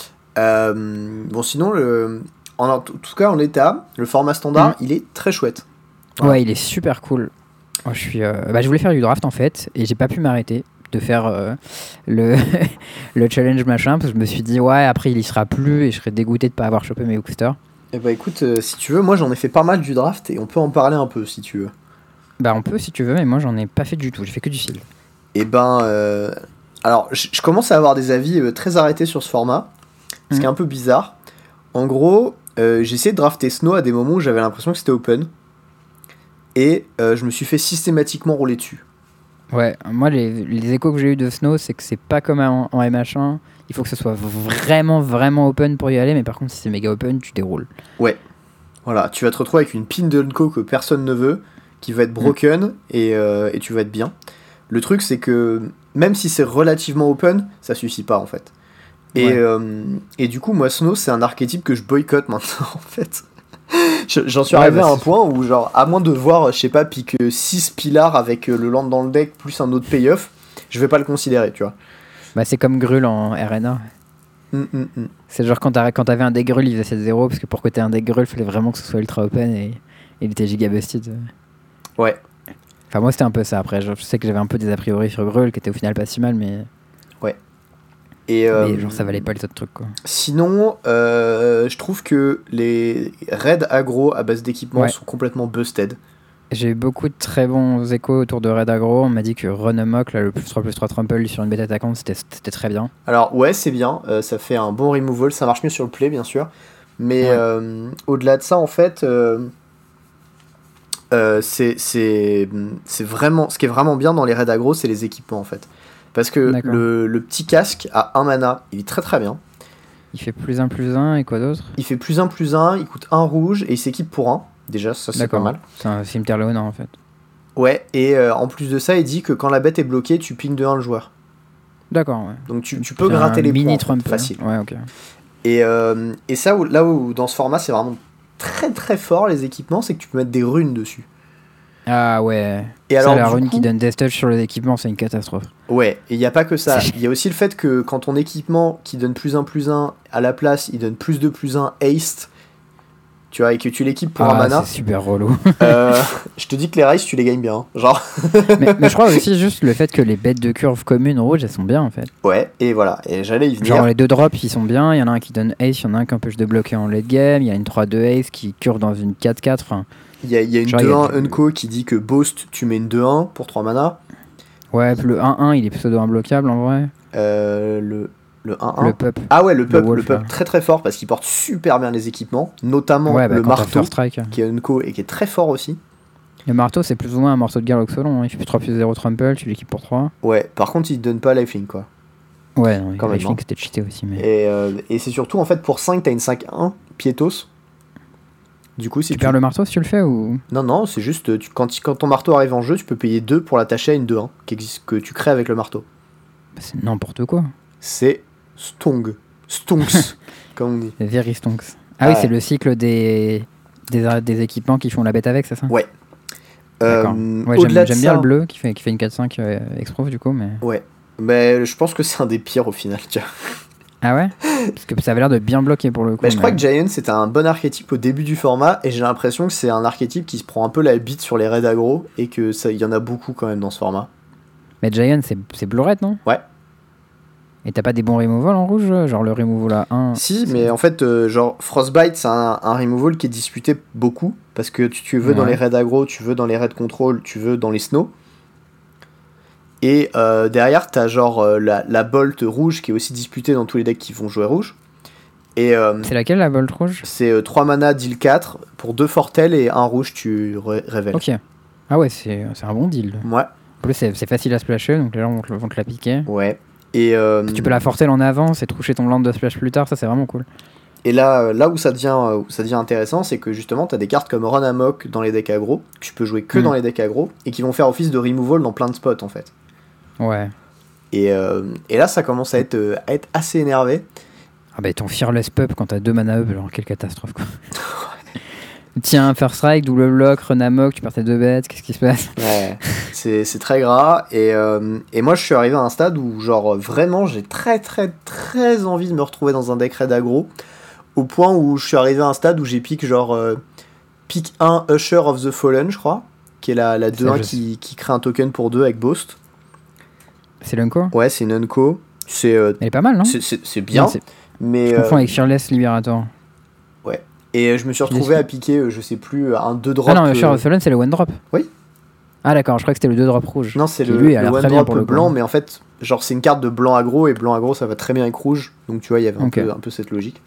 Bon, sinon, en tout cas, en l'état, le format standard, il est très chouette. Voilà. Ouais, il est super cool. Moi, je voulais faire du draft en fait, et j'ai pas pu m'arrêter de faire le challenge machin, parce que je me suis dit, ouais, après il y sera plus, et je serais dégoûté de pas avoir chopé mes hooksters. Et bah écoute, si tu veux, moi j'en ai fait pas mal du draft, et on peut en parler un peu si tu veux. Bah on peut si tu veux, mais moi j'en ai pas fait du tout, j'ai fait que du seal. Et alors je commence à avoir des avis très arrêtés sur ce format, ce qui est un peu bizarre. En gros, j'ai essayé de drafter Snow à des moments où j'avais l'impression que c'était open, et je me suis fait systématiquement rouler dessus. Ouais, moi les échos que j'ai eu de Snow, c'est que c'est pas comme en MH1, il faut que ce soit vraiment vraiment open pour y aller, mais par contre si c'est méga open, tu déroules. Ouais, voilà, tu vas te retrouver avec une pin de Unco que personne ne veut, qui va être broken, et tu vas être bien. Le truc c'est que même si c'est relativement open, ça suffit pas en fait. Et du coup moi Snow c'est un archétype que je boycotte maintenant en fait. J'en suis arrivé à un point où genre à moins de voir je sais pas pique 6 pilars avec le land dans le deck plus un autre payoff, je vais pas le considérer, tu vois. Bah c'est comme Grul en RNA. C'est genre quand t'avais un deck Grul il faisait 7-0 parce que pour que t'aies un deck Grul il fallait vraiment que ce soit ultra open et il était giga busted. Ouais. Enfin moi c'était un peu ça. Après je sais que j'avais un peu des a priori sur Grul qui était au final pas si mal, mais ouais. Mais genre ça valait pas les autres trucs quoi. Sinon je trouve que les raids aggro à base d'équipement sont complètement busted. J'ai eu beaucoup de très bons échos autour de Raid Aggro. On m'a dit que Run Amok, là, le +3/+3 trample sur une bêta attaquante, c'était très bien. Alors ouais, c'est bien, ça fait un bon removal, ça marche mieux sur le play bien sûr. Mais au-delà de ça, en fait, c'est vraiment, ce qui est vraiment bien dans les raids aggro, c'est les équipements en fait. Parce que le petit casque à 1 mana, il est très très bien. Il fait +1/+1 et quoi d'autre ? Il fait +1/+1, il coûte 1 rouge et il s'équipe pour 1. Déjà, ça c'est pas mal. C'est un cimetière léonard en fait. Ouais, et en plus de ça, il dit que quand la bête est bloquée, tu ping de 1 le joueur. D'accord, ouais. Donc tu peux gratter les points, Trump, facile. Ouais, ok. Et ça, là où dans ce format, c'est vraiment très très fort les équipements, c'est que tu peux mettre des runes dessus. Ah ouais. Et Ça, alors, la du rune coup, qui donne des touches sur les équipements, c'est une catastrophe. ouais, et il n'y a pas que ça. C'est- Il y a aussi le fait que quand ton équipement qui donne plus un, à la place, il donne plus un haste, tu vois, et que tu l'équipes pour un Ah, c'est mana, super relou. je te dis que les races, tu les gagnes bien. Hein. Genre, mais je crois aussi juste le fait que les bêtes de curve communes rouges, elles sont bien en fait. ouais, et voilà, et j'allais y venir. Genre les 2 drops, ils sont bien. Il y en a un qui donne ace, il y en a un qui empêche de bloquer en late game. Il y a une 3-2 ace qui curve dans une 4-4. Enfin, Il y a une genre, il y a 2-1 du- Unco qui dit que Boast, tu mets une 2-1 pour 3 mana. ouais, puis le 1-1, il est pseudo imbloquable en vrai. Le 1-1. Le pup. Ah ouais, le wolf, pup là. très très fort parce qu'il porte super bien les équipements, notamment Ouais, bah, le quand t'as marteau First Strike. qui est Unco et qui est très fort aussi. Le marteau, c'est plus ou moins un morceau de Garlock Solon. Hein. Il fait plus 3+0 trample, tu l'équipes pour 3. Ouais, par contre, il te donne pas lifelink quoi. Ouais, non, Quand les même, Flink hein. c'était cheaté aussi. Mais... Et c'est surtout en fait pour 5, t'as une 5-1 Pietos. Du coup, si Tu perds le marteau si tu le fais ou. Non, non, c'est juste quand ton marteau arrive en jeu, tu peux payer 2 pour l'attacher à une 2-1 que tu crées avec le marteau. Bah, c'est n'importe quoi. C'est Stong. Stonks, comme on dit. Very Stonks. Ah oui, Ouais. c'est le cycle des équipements qui font la bête avec, c'est ça? Ouais. D'accord. Ouais, Au-delà de j'aime bien ça- le bleu qui fait une 4-5 exproof du coup, mais. Ouais. Mais je pense que c'est un des pires au final, tu vois. Ah ouais? Parce que ça avait l'air de bien bloquer pour le coup. Bah, je crois mais- que Giant c'était un bon archétype au début du format et j'ai l'impression que c'est un archétype qui se prend un peu la bite sur les raids aggro et que ça il y en a beaucoup quand même dans ce format. Mais Giant, c'est Blue Red, non? Ouais. Et t'as pas des bons removals en rouge? Genre le removal à 1. Si, mais en fait, genre Frostbite c'est un removal qui est disputé beaucoup parce que tu veux dans Ouais. les raids aggro, tu veux dans les raids control, tu veux dans les snow. Et derrière, t'as genre la Bolt rouge qui est aussi disputée dans tous les decks qui vont jouer rouge. Et C'est laquelle la bolt rouge? c'est 3 mana, deal 4 pour 2 Fortel et 1 rouge, tu révèles. Ok. Ah ouais, c'est un bon deal. Ouais, En plus, c'est facile à splasher, donc les gens vont te la piquer. ouais. Et, Tu peux la forcer en avance et troucher ton land de splash plus tard, ça c'est vraiment cool. et là où ça devient intéressant, c'est que justement, t'as des cartes comme Run Amok dans les decks aggro, que tu peux jouer que dans les decks aggro, et qui vont faire office de removal dans plein de spots en fait. Ouais. Et là, ça commence à être assez énervé. Ah bah ton Fearless Pup quand t'as 2 mana up, genre quelle catastrophe quoi. Tiens, First Strike, double bloc, Run Amok, tu perds tes 2 bêtes, qu'est-ce qui se passe? Ouais, c'est très gras. Et moi, je suis arrivé à un stade où, genre, vraiment, j'ai très, très, très envie de me retrouver dans un deck raid aggro. Au point où je suis arrivé à un stade où j'ai pick, genre, pick 1 Usher of the Fallen, je crois, qui est la 2-1 qui crée un token pour 2 avec Boast. C'est l'Unco? Ouais, c'est une Unco. C'est Elle est pas mal, non? c'est bien, Non, mais. je confonds avec Fearless Liberator. Et je me suis retrouvé à piquer, je sais plus, un 2-drop. Ah non, Usher of Fallen c'est le one drop. Oui. Ah d'accord, je crois que c'était le 2 drop rouge. Non, c'est Qui, le lui, a l'air one très bien drop pour le coup. blanc, mais en fait, genre c'est une carte de blanc aggro, et blanc aggro ça va très bien avec rouge, donc tu vois, il y avait Ok. un peu cette logique.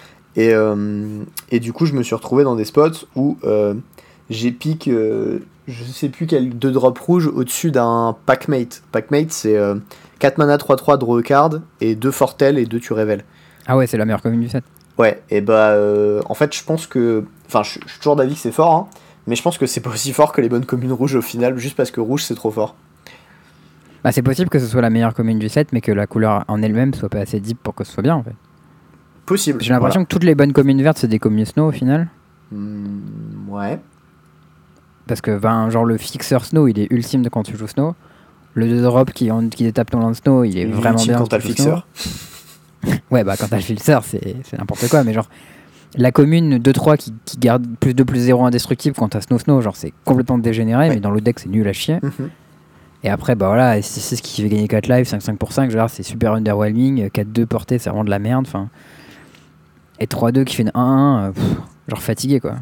Et du coup, je me suis retrouvé dans des spots où j'ai pick, je sais plus quel 2 drop rouge au-dessus d'un Packmate. Packmate, c'est 4 mana 3-3 draw card, et 2 Fortel, et 2 tu révèles. Ah ouais, c'est la meilleure commune du set. Ouais, et bah, en fait, je pense que. Enfin, je suis toujours d'avis que c'est fort, hein, mais je pense que c'est pas aussi fort que les bonnes communes rouges au final, juste parce que rouge c'est trop fort. Bah c'est possible que ce soit la meilleure commune du set, mais que la couleur en elle-même soit pas assez deep pour que ce soit bien en fait. Possible. J'ai l'impression que toutes les bonnes communes vertes c'est des communes snow au final. Ouais. Parce que ben, genre le fixer snow il est ultime de quand tu joues snow. Le 2 drop qui détape ton land snow il est vraiment Ultime bien quand t'as le tu joues snow. fixer. Ouais bah quand t'as le fixer c'est n'importe quoi, mais genre la commune 2-3 qui garde +2/+0 indestructible quand t'as snow, genre c'est complètement dégénéré, Ouais. mais dans le deck c'est nul à chier. Mhm. Et après bah voilà, S6 qui fait gagner 4 lives, 5-5 pour 5, genre c'est super underwhelming, 4-2 portée c'est vraiment de la merde, enfin. Et 3-2 qui fait une 1-1, genre fatigué quoi.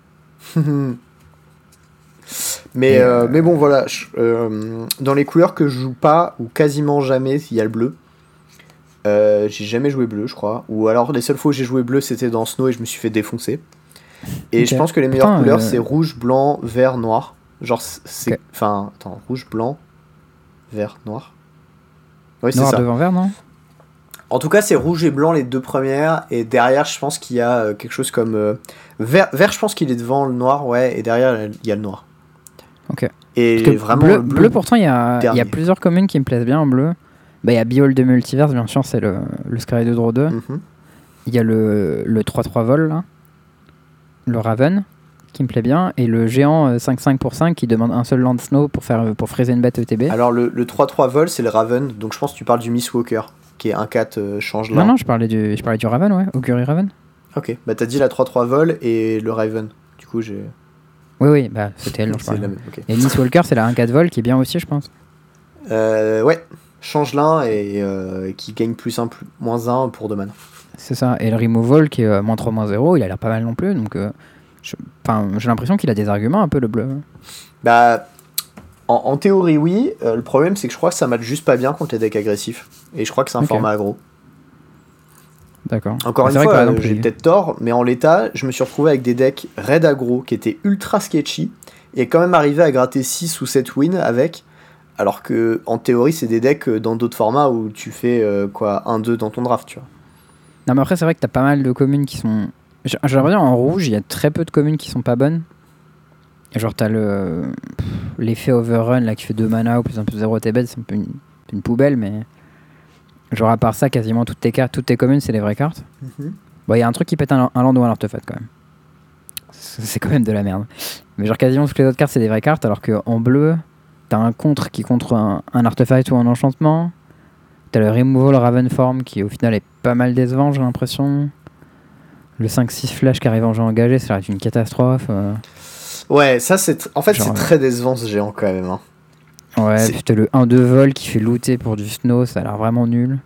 mais bon, voilà. Dans les couleurs que je joue pas, ou quasiment jamais, il y a le bleu. J'ai jamais joué bleu, je crois. Ou alors, les seules fois où j'ai joué bleu, c'était dans Snow et je me suis fait défoncer. Et Ok. je pense que les meilleures Putain, couleurs, c'est rouge, blanc, vert, noir. Genre, c'est. Ok. Enfin, attends, rouge, blanc, vert, noir. Oui, c'est Noir ça. devant vert, non? En tout cas, c'est rouge et blanc les deux premières. Et derrière, je pense qu'il y a quelque chose comme. Vert, je pense qu'il est devant le noir, ouais. Et derrière, il y a le noir. Ok. Et Parce que vraiment, bleu, pourtant, il y a dernier. plusieurs communes qui me plaisent bien en bleu. Bah, il y a Behold de Multiverse, bien sûr, c'est le Scry de Draw 2. Mhm. Il y a le 3-3 vol, là. Le Raven. qui me plaît bien, et le géant 5-5 pour 5 qui demande un seul land snow pour freezer une bête ETB. Alors le 3-3 vol, c'est le Raven, donc je pense que tu parles du Mistwalker, qui est un 4 change là. Non, je parlais du Raven, ouais, Augury Raven. Ok, bah t'as dit la 3-3 vol et le Raven, du coup j'ai... Oui, bah c'était elle dont je parlais. Okay. Et Mistwalker, c'est la 1-4 vol qui est bien aussi, je pense. Ouais, change l'un et qui gagne +1/-1 pour 2 mana. C'est ça, et le Removal qui est -3/-0, il a l'air pas mal non plus, donc j'ai l'impression qu'il a des arguments un peu le bleu. Bah, en théorie oui, le problème c'est que je crois que ça match juste pas bien contre les decks agressifs, et je crois que c'est un format aggro. D'accord. Encore une fois, j'ai peut-être tort, mais en l'état, je me suis retrouvé avec des decks raid aggro qui étaient ultra sketchy, et quand même arrivé à gratter 6 ou 7 wins avec, alors que en théorie c'est des decks dans d'autres formats où tu fais 1-2 dans ton draft, tu vois. Non mais après c'est vrai que t'as pas mal de communes qui sont... J'ai l'impression en rouge il y a très peu de communes qui sont pas bonnes. Genre t'as l'effet overrun là qui fait 2 mana ou +1/+0 tes bêtes, c'est un peu une poubelle, mais genre à part ça quasiment toutes tes communes c'est des vraies cartes. Bon il y a un truc qui pète un land ou un artefact quand même. C'est quand même de la merde. Mais genre quasiment toutes les autres cartes c'est des vraies cartes, alors qu'en bleu t'as un contre qui contre un artefact ou un enchantement. T'as le Removal Ravenform qui au final est pas mal décevant, j'ai l'impression. Le 5-6 flash qui arrive en jeu engagé, ça va être une catastrophe. Ouais, ça c'est c'est très décevant ce géant quand même. Hein. Ouais, puis t'as le 1-2 vol qui fait looter pour du snow, ça a l'air vraiment nul.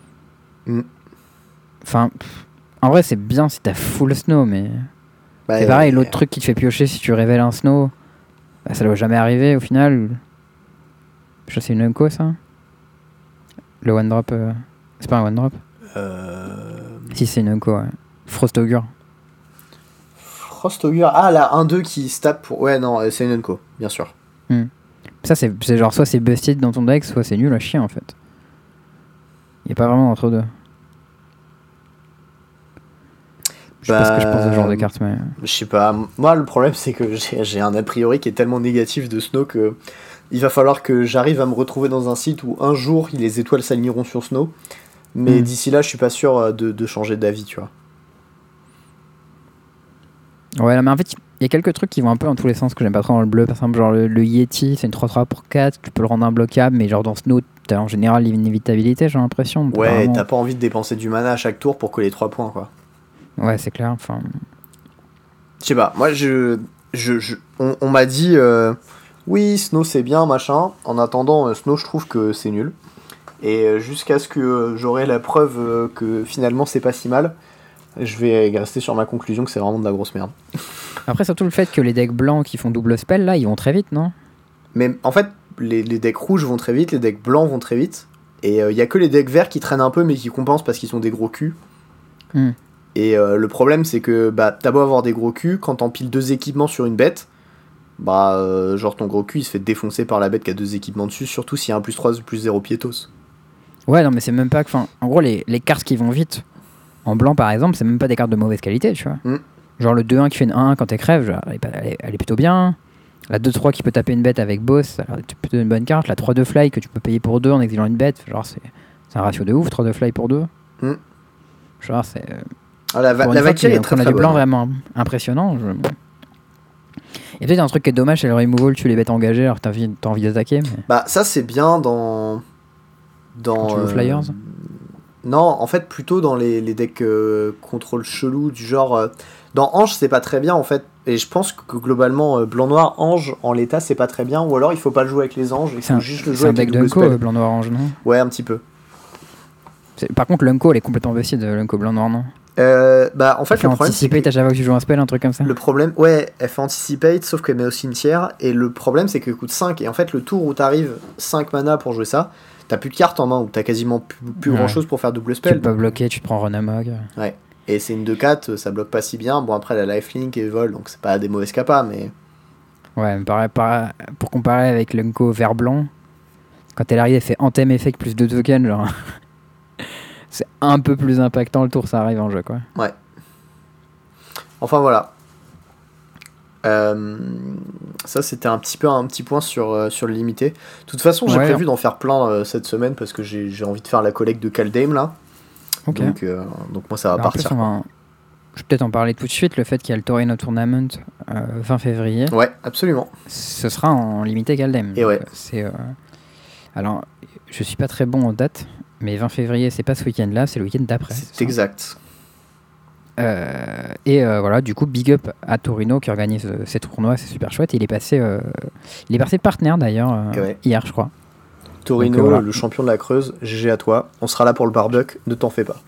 Enfin, en vrai c'est bien si t'as full snow, mais... c'est pareil, l'autre truc qui te fait piocher si tu révèles un snow, bah, ça doit jamais arriver au final. Je sais, c'est une unco ça. Le one drop, c'est pas un one drop. Si c'est une unco, ouais. Frost Augure. Frost Augure, ah la 1-2 qui se tape pour... Ouais non, c'est une unco, bien sûr. Ça c'est genre soit c'est busted dans ton deck, soit c'est nul à chier en fait. Il y a pas vraiment entre deux. Je sais pas ce que je pense de ce genre de carte, mais... Je sais pas, moi le problème c'est que j'ai un a priori qui est tellement négatif de Snow que il va falloir que j'arrive à me retrouver dans un site où un jour les étoiles s'aligneront sur Snow, mais d'ici là je suis pas sûr de changer d'avis, tu vois. Ouais, mais en fait il y a quelques trucs qui vont un peu dans tous les sens que j'aime pas trop dans le bleu. Par exemple genre le Yeti, c'est une 3-3 pour 4, tu peux le rendre imbloquable, mais genre dans Snow t'as en général l'inévitabilité, j'ai l'impression. Ouais, vraiment... t'as pas envie de dépenser du mana à chaque tour pour coller 3 points quoi. Ouais, c'est clair, enfin... Je sais pas, moi on m'a dit oui, Snow c'est bien, machin. En attendant, Snow je trouve que c'est nul. Et jusqu'à ce que j'aurai la preuve que finalement c'est pas si mal, je vais rester sur ma conclusion que c'est vraiment de la grosse merde. Après, surtout le fait que les decks blancs qui font double spell, là, ils vont très vite, non ? Mais en fait, les decks rouges vont très vite, les decks blancs vont très vite. Et il y a que les decks verts qui traînent un peu mais qui compensent parce qu'ils sont des gros culs. Et le problème c'est que t'as beau avoir des gros culs, quand t'empiles 2 équipements sur une bête, genre ton gros cul il se fait défoncer par la bête qui a 2 équipements dessus, surtout s'il y a un +3 ou +0 piétos. Ouais, non mais c'est même pas que... En gros, les cartes qui vont vite, en blanc par exemple, c'est même pas des cartes de mauvaise qualité, tu vois. Genre le 2-1 qui fait une 1-1 quand elle crève, genre, elle est plutôt bien. La 2-3 qui peut taper une bête avec boss, c'est plutôt une bonne carte. La 3-2 fly que tu peux payer pour 2 en exilant une bête, genre c'est un ratio de ouf, 3-2 fly pour 2. Genre c'est... la Valkyrie est très très bonne. On a du blanc bonne. Vraiment impressionnant. Et peut-être un truc qui est dommage, c'est le removal, tu les bêtes engagées alors t'as envie d'attaquer. Mais... ça c'est bien dans quand tu joues Flyers. Non, en fait plutôt dans les decks contrôle chelou du genre... Dans Ange c'est pas très bien en fait, et je pense que globalement blanc-noir Ange en l'état c'est pas très bien, ou alors il faut pas le jouer avec les anges, il faut juste le jouer avec les double spells. C'est un deck d'Unco blanc-noir Ange, non ? Ouais, un petit peu. Par contre l'Unco elle est complètement busted, l'Unco blanc-noir, non ? En fait le problème anticipate à chaque fois que tu joues un spell, un truc comme ça. Le problème, ouais, elle fait anticipate sauf qu'elle met au cimetière, et le problème c'est qu'elle coûte 5, et en fait le tour où t'arrives 5 mana pour jouer ça, t'as plus de cartes en main, ou t'as quasiment plus grand chose pour faire double spell. Tu peux bloquer, tu te prends Runamog. Ouais, et c'est une 2-4, ça bloque pas si bien. Bon après la lifelink et vol, donc c'est pas des mauvais capas, mais... Ouais, mais pour comparer avec l'Unco vert blanc, quand elle arrive elle fait Anthem Effect plus 2 tokens, genre... c'est un peu plus impactant le tour, ça arrive en jeu, quoi. Ouais. Enfin voilà. Ça c'était un petit point sur le limité. De toute façon j'ai prévu d'en faire plein cette semaine parce que j'ai envie de faire la collecte de Kaldheim là. Okay. Donc moi ça va partir. Je vais peut-être en parler tout de suite, le fait qu'il y a le Torino Tournament 20 février. Ouais, absolument. Ce sera en limité Kaldheim. Et ouais. Alors, je suis pas très bon en date, mais 20 février, c'est pas ce week-end-là, c'est le week-end d'après. C'est exact. Voilà, du coup, big up à Torino qui organise ces tournois, c'est super chouette. Il est passé partenaire d'ailleurs hier, je crois. Torino, voilà. Le champion de la Creuse, GG à toi. On sera là pour le barbecue, ne t'en fais pas.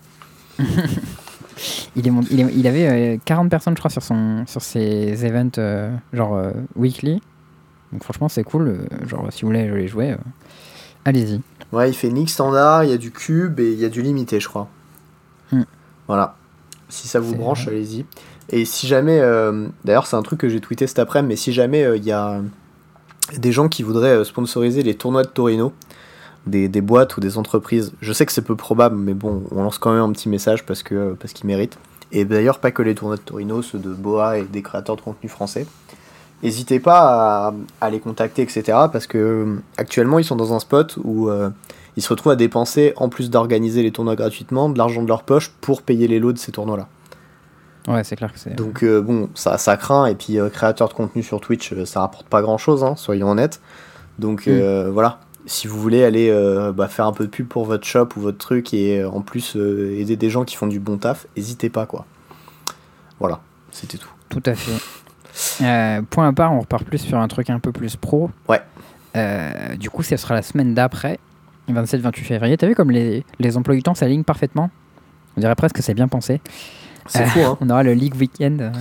Il avait 40 personnes, je crois, sur ses events weekly. Donc franchement, c'est cool. Si vous voulez les jouer, allez-y. Ouais, il fait Nick standard, il y a du cube et il y a du limité, je crois. Voilà. Si ça vous branche, allez-y. Et si jamais, d'ailleurs c'est un truc que j'ai tweeté cet après-midi, mais si jamais il y a des gens qui voudraient sponsoriser les tournois de Torino, des boîtes ou des entreprises, je sais que c'est peu probable, mais bon, on lance quand même un petit message parce qu'ils méritent. Et d'ailleurs, pas que les tournois de Torino, ceux de Boa et des créateurs de contenu français. N'hésitez pas à les contacter, etc. Parce que actuellement, ils sont dans un spot où ils se retrouvent à dépenser, en plus d'organiser les tournois gratuitement, de l'argent de leur poche pour payer les lots de ces tournois-là. Ouais, c'est clair que c'est... Donc bon, ça craint, et puis créateur de contenu sur Twitch, ça rapporte pas grand-chose, hein, soyons honnêtes. Donc voilà, si vous voulez aller faire un peu de pub pour votre shop ou votre truc, et en plus aider des gens qui font du bon taf, n'hésitez pas, quoi. Voilà, c'était tout. Tout à fait. Point à part, on repart plus sur un truc un peu plus pro. Ouais. Du coup, ce sera la semaine d'après, 27-28 février. T'as vu comme les emplois du temps s'alignent parfaitement ? On dirait presque que c'est bien pensé. C'est fou, hein. On aura le League Weekend.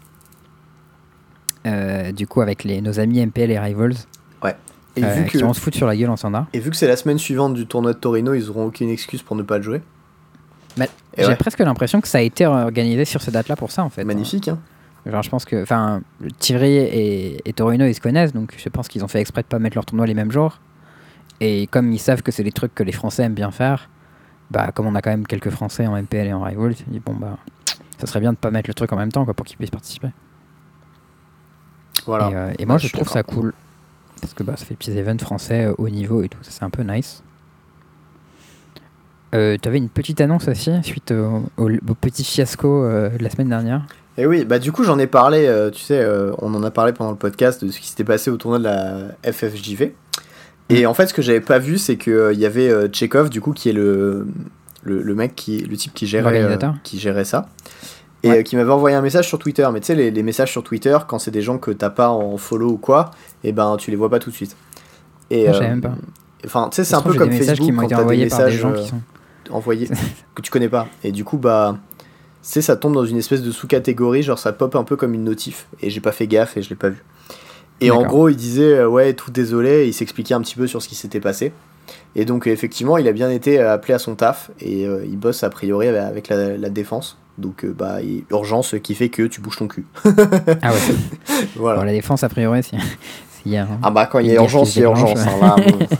Du coup, avec nos amis MPL et Rivals. Ouais. Et qui vont se foutre sur la gueule en standard. Et vu que c'est la semaine suivante du tournoi de Torino, ils auront aucune excuse pour ne pas le jouer. J'ai presque l'impression que ça a été organisé sur ces dates-là pour ça, en fait. Magnifique, hein. Je pense que Thierry et Torino, ils se connaissent, donc je pense qu'ils ont fait exprès de pas mettre leur tournoi les mêmes jours. Et comme ils savent que c'est des trucs que les Français aiment bien faire, comme on a quand même quelques Français en MPL et en Rivals, ils disent ça serait bien de pas mettre le truc en même temps, quoi, pour qu'ils puissent participer. Voilà. Et moi, je trouve ça cool. Parce que ça fait petits events français haut niveau et tout, ça c'est un peu nice. T'avais une petite annonce aussi, suite au petit fiasco de la semaine dernière. Et oui, du coup j'en ai parlé, on en a parlé pendant le podcast de ce qui s'était passé au tournoi de la FFJV. Et en fait, ce que j'avais pas vu, c'est qu'il y avait Tchekhov, du coup, qui est le type qui gérait ça. Et qui m'avait envoyé un message sur Twitter. Mais tu sais, les messages sur Twitter, quand c'est des gens que t'as pas en follow ou quoi, tu les vois pas tout de suite. Et je savais même pas. Enfin, tu sais, c'est un peu comme Facebook quand t'as des messages envoyés que tu connais pas. Et du coup, ça tombe dans une espèce de sous-catégorie, genre ça pop un peu comme une notif. Et j'ai pas fait gaffe et je l'ai pas vu. Et en gros, il disait tout désolé, et il s'expliquait un petit peu sur ce qui s'était passé. Et donc, effectivement, il a bien été appelé à son taf, et il bosse a priori avec la défense. Donc, urgence qui fait que tu bouges ton cul. Ah ouais. Voilà. Bon, la défense, a priori, s'il y a. Quand il y a urgence, il y a urgence. Hein, là,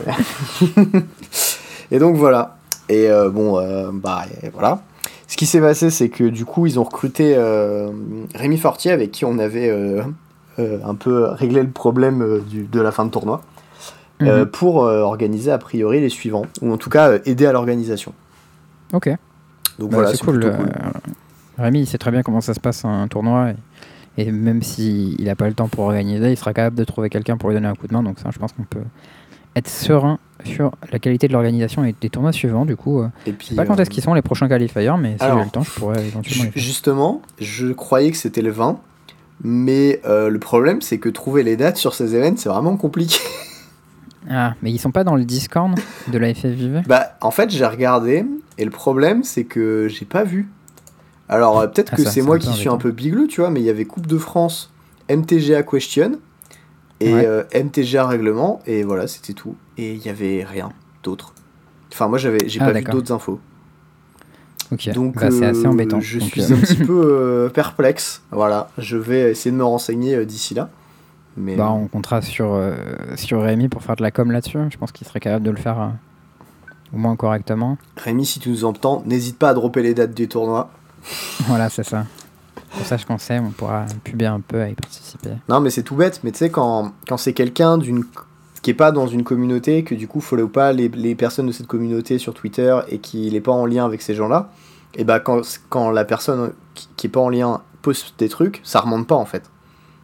et donc, voilà. Et voilà. Ce qui s'est passé, c'est que du coup, ils ont recruté Rémi Fortier, avec qui on avait un peu réglé le problème de la fin de tournoi, pour organiser a priori les suivants, ou en tout cas aider à l'organisation. Ok. Donc voilà, c'est cool. Cool. Rémi, il sait très bien comment ça se passe un tournoi, et même s'il n'a pas le temps pour organiser, il sera capable de trouver quelqu'un pour lui donner un coup de main. Donc ça, je pense qu'on peut être serein sur la qualité de l'organisation et des tournois suivants. Du coup, je sais pas quand est-ce qu'ils sont les prochains qualifiers, mais si j'ai le temps, je pourrais éventuellement les faire. Justement, je croyais que c'était le 20, mais le problème, c'est que trouver les dates sur ces événements, c'est vraiment compliqué. Ah, mais ils sont pas dans le Discord de la FFJV ? En fait, j'ai regardé, et le problème, c'est que j'ai pas vu. Alors, peut-être que c'est moi qui suis un peu bigleux, tu vois, mais il y avait Coupe de France, MTGA Question, et MTGA Règlement, et voilà, c'était tout. Et il y avait rien d'autre. Enfin, moi, j'ai pas vu d'autres infos. Ok, donc c'est assez embêtant. Je suis un petit peu perplexe. Voilà, je vais essayer de me renseigner d'ici là. Mais... on comptera sur Rémi pour faire de la com là-dessus. Je pense qu'il serait capable de le faire au moins correctement. Rémi, si tu nous entends, n'hésite pas à dropper les dates du tournoi. Voilà, c'est ça. Pour ça, je conseille, on pourra puber un peu à y participer. Non, mais c'est tout bête. Mais tu sais, quand c'est quelqu'un qui est pas dans une communauté, que du coup follow pas les personnes de cette communauté sur Twitter et qu'il est pas en lien avec ces gens-là, et quand la personne qui est pas en lien poste des trucs, ça remonte pas en fait.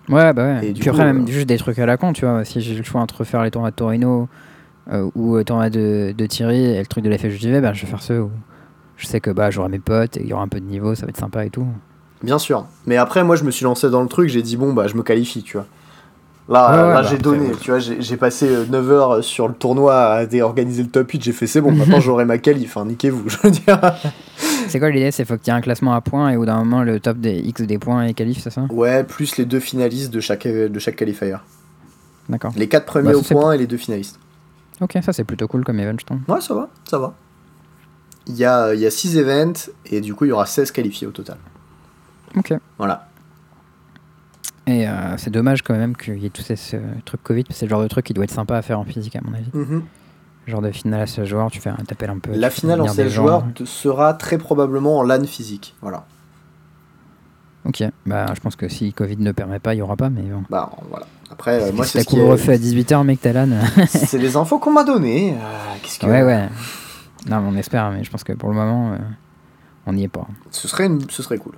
Ouais, bah ouais. Et du Puis coup, après, même juste des trucs à la con, tu vois. Si j'ai le choix entre faire les tournois de Torino ou le tournoi de Thierry et le truc de la FFJV, bah, je vais faire ceux où je sais que bah, j'aurai mes potes et il y aura un peu de niveau, ça va être sympa et tout. Bien sûr. Mais après, moi, je me suis lancé dans le truc, j'ai dit, bon, bah, je me qualifie, tu vois. Ouais, Là bah, j'ai après, donné, tu vois, j'ai passé 9 heures sur le tournoi à organiser le top 8, j'ai fait, c'est bon, maintenant j'aurai ma qualif, hein, niquez-vous, je veux dire. C'est quoi l'idée? C'est faut qu'il y ait un classement à points et au bout d'un moment, le top des X des points est qualif, c'est ça? Ouais, plus les 2 finalistes de chaque qualifier. D'accord. Les 4 premiers Bah, au point et les 2 finalistes. Ok, ça c'est plutôt cool comme event, je trouve. Ouais, ça va, ça va. Il y a 6 events, et du coup, il y aura 16 qualifiés au total. Ok. Voilà. Et c'est dommage quand même qu'il y ait tout ce truc Covid, parce que c'est le genre de truc qui doit être sympa à faire en physique, à mon avis. Genre de finale à 16 joueurs, t'appelles un peu. La finale en 16 joueurs sera très probablement en LAN physique, voilà. Ok, bah je pense que si Covid ne permet pas, il n'y aura pas, mais bon. Bah voilà. Après, moi si c'est t'as couvre-feu à 18h, mec, t'as LAN. C'est les infos qu'on m'a données. Qu'est-ce que... Ouais. Non, mais on espère, mais je pense que pour le moment, on n'y est pas. Ce serait cool.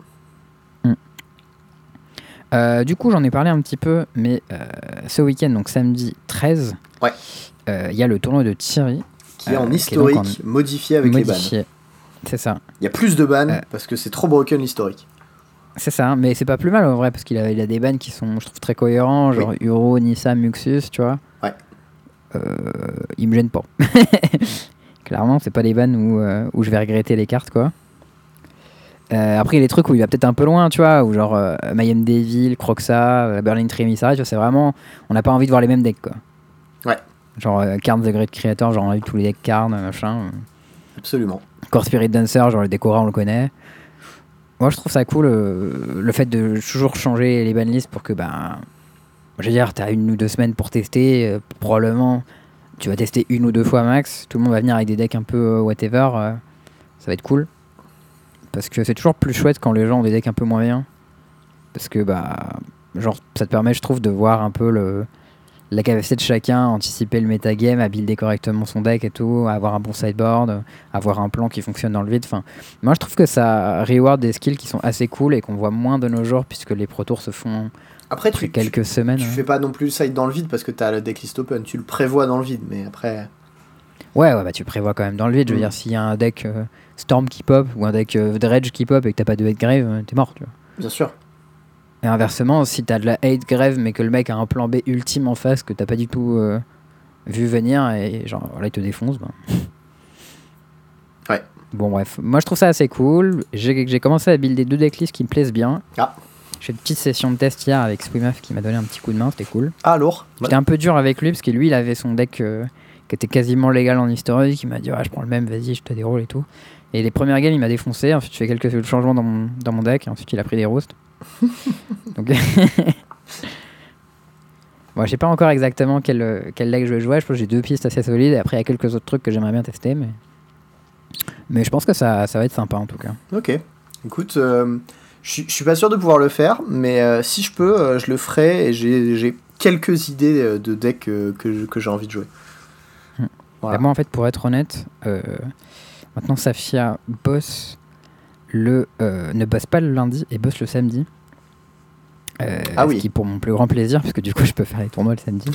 Du coup, j'en ai parlé un petit peu, mais ce week-end, donc samedi 13, ouais. Il y a le tournoi de Thierry. Qui est en historique, modifié avec les bans. C'est ça. Il y a plus de bans parce que c'est trop broken l'historique. C'est ça, mais c'est pas plus mal en vrai, parce qu'il a des bans qui sont, je trouve, très cohérents, genre Uro, Nissa, Muxus, tu vois. Ouais. Ils me gênent pas. Clairement, c'est pas des bans où je vais regretter les cartes, quoi. Après, il y a des trucs où il va peut-être un peu loin, tu vois, ou genre Mayhem Devil, Croxa, Berlin Trimissara, tu vois, c'est vraiment. On n'a pas envie de voir les mêmes decks, quoi. Ouais. Genre Karn The Great Creator, genre on a eu tous les decks Karn, machin. Absolument. Core Spirit Dancer, genre le Décora, on le connaît. Moi, je trouve ça cool, le fait de toujours changer les banlists pour que, ben. Je veux dire, t'as 1 ou 2 semaines pour tester, probablement. Tu vas tester 1 ou 2 fois max. Tout le monde va venir avec des decks un peu whatever. Ça va être cool. Parce que c'est toujours plus chouette quand les gens ont des decks un peu moins bien. Parce que, bah. Genre, ça te permet, je trouve, de voir un peu la capacité de chacun, anticiper le metagame, à builder correctement son deck et tout, à avoir un bon sideboard, avoir un plan qui fonctionne dans le vide. Enfin, moi, je trouve que ça reward des skills qui sont assez cool et qu'on voit moins de nos jours puisque les Pro Tours se font après quelques semaines. Tu fais pas non plus le side dans le vide parce que t'as le decklist open. Tu le prévois dans le vide, mais après... Ouais, bah tu le prévois quand même dans le vide. Je veux dire, s'il y a un deck Storm qui pop ou un deck Dredge qui pop et que t'as pas de Grave, t'es mort, tu vois. Bien sûr. Et inversement, si t'as de la hate Grave mais que le mec a un plan B ultime en face que t'as pas du tout vu venir et genre là il te défonce, ben. Ouais. Bon bref, moi je trouve ça assez cool. J'ai commencé à builder 2 decklists qui me plaisent bien. J'ai fait une petite session de test hier avec Swimaf qui m'a donné un petit coup de main, c'était cool. Ah lourd. J'étais un peu dur avec lui parce que lui il avait son deck qui était quasiment légal en historique. Il m'a dit je prends le même, vas-y je te déroule et tout. Et les premières games il m'a défoncé, ensuite je fais quelques changements dans mon deck et ensuite il a pris des roasts. Donc bon, je sais pas encore exactement quel deck je vais jouer. Je pense que j'ai 2 pistes assez solides et après il y a quelques autres trucs que j'aimerais bien tester, mais je pense que ça va être sympa en tout cas. Ok, écoute, je suis pas sûr de pouvoir le faire, mais si je peux, je le ferai et j'ai quelques idées de decks que j'ai envie de jouer. Voilà. Bah moi en fait, pour être honnête, maintenant Safia ne bosse pas le lundi et bosse le samedi. Ce qui est pour mon plus grand plaisir, parce que du coup je peux faire les tournois le samedi.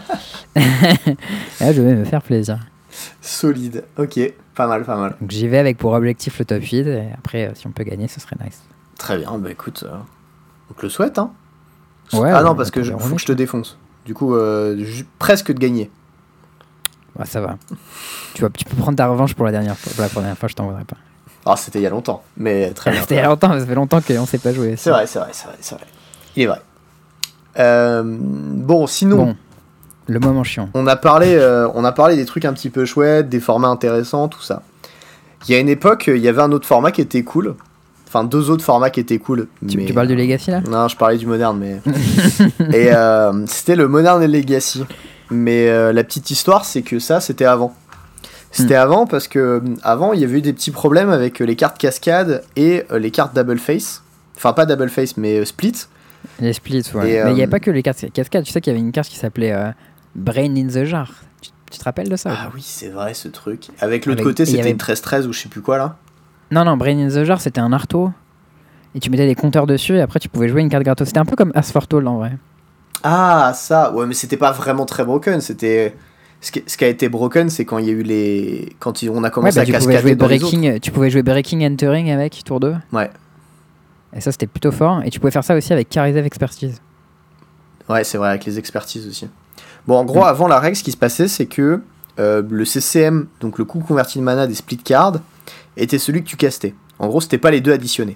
Là je vais me faire plaisir. Solide, ok, pas mal. Donc j'y vais avec pour objectif le top 8 et après si on peut gagner ce serait nice. Très bien, bah écoute, on te le souhaite hein. Ouais, non parce que faut que je te défonce. Du coup presque de gagner. Bah ça va. Tu peux prendre ta revanche pour la première fois je t'en voudrais pas. Ah c'était il y a longtemps, mais très bien. C'était il y a longtemps, ça fait longtemps qu'on sait pas jouer. C'est vrai. Il est vrai. Bon, sinon... le moment chiant. On a parlé des trucs un petit peu chouettes, des formats intéressants, tout ça. Il y a une époque, il y avait un autre format qui était cool. Enfin, 2 autres formats qui étaient cool. Tu parles du Legacy, là ? Non, je parlais du Modern, mais... Et c'était le Modern et le Legacy. Mais la petite histoire, c'est que ça, c'était avant. C'était avant parce que avant il y avait eu des petits problèmes avec les cartes cascade et les cartes double face. Enfin, pas double face, mais split. Les splits, ouais. Mais il n'y avait pas que les cartes cascade. Tu sais qu'il y avait une carte qui s'appelait Brain in the Jar. Tu te rappelles de ça ? Ah oui, c'est vrai ce truc. Avec l'autre côté, c'était une 13-13 ou je sais plus quoi là. Non, Brain in the Jar, c'était un Arto et tu mettais des compteurs dessus et après tu pouvais jouer une carte gratos. C'était un peu comme Asphortol en vrai. Ah, ça, ouais, mais c'était pas vraiment très broken. C'était. Ce qui a été broken, c'est quand il y a eu les. On a commencé à cascader dans les autres. Tu pouvais jouer Breaking Entering avec tour 2. Ouais. Et ça, c'était plutôt fort. Et tu pouvais faire ça aussi avec Karizev Expertise. Ouais, c'est vrai, avec les expertises aussi. Bon, en gros, avant la règle, ce qui se passait, c'est que le CCM, donc le coût converti de mana des split cards, était celui que tu castais. En gros, c'était pas les deux additionnés.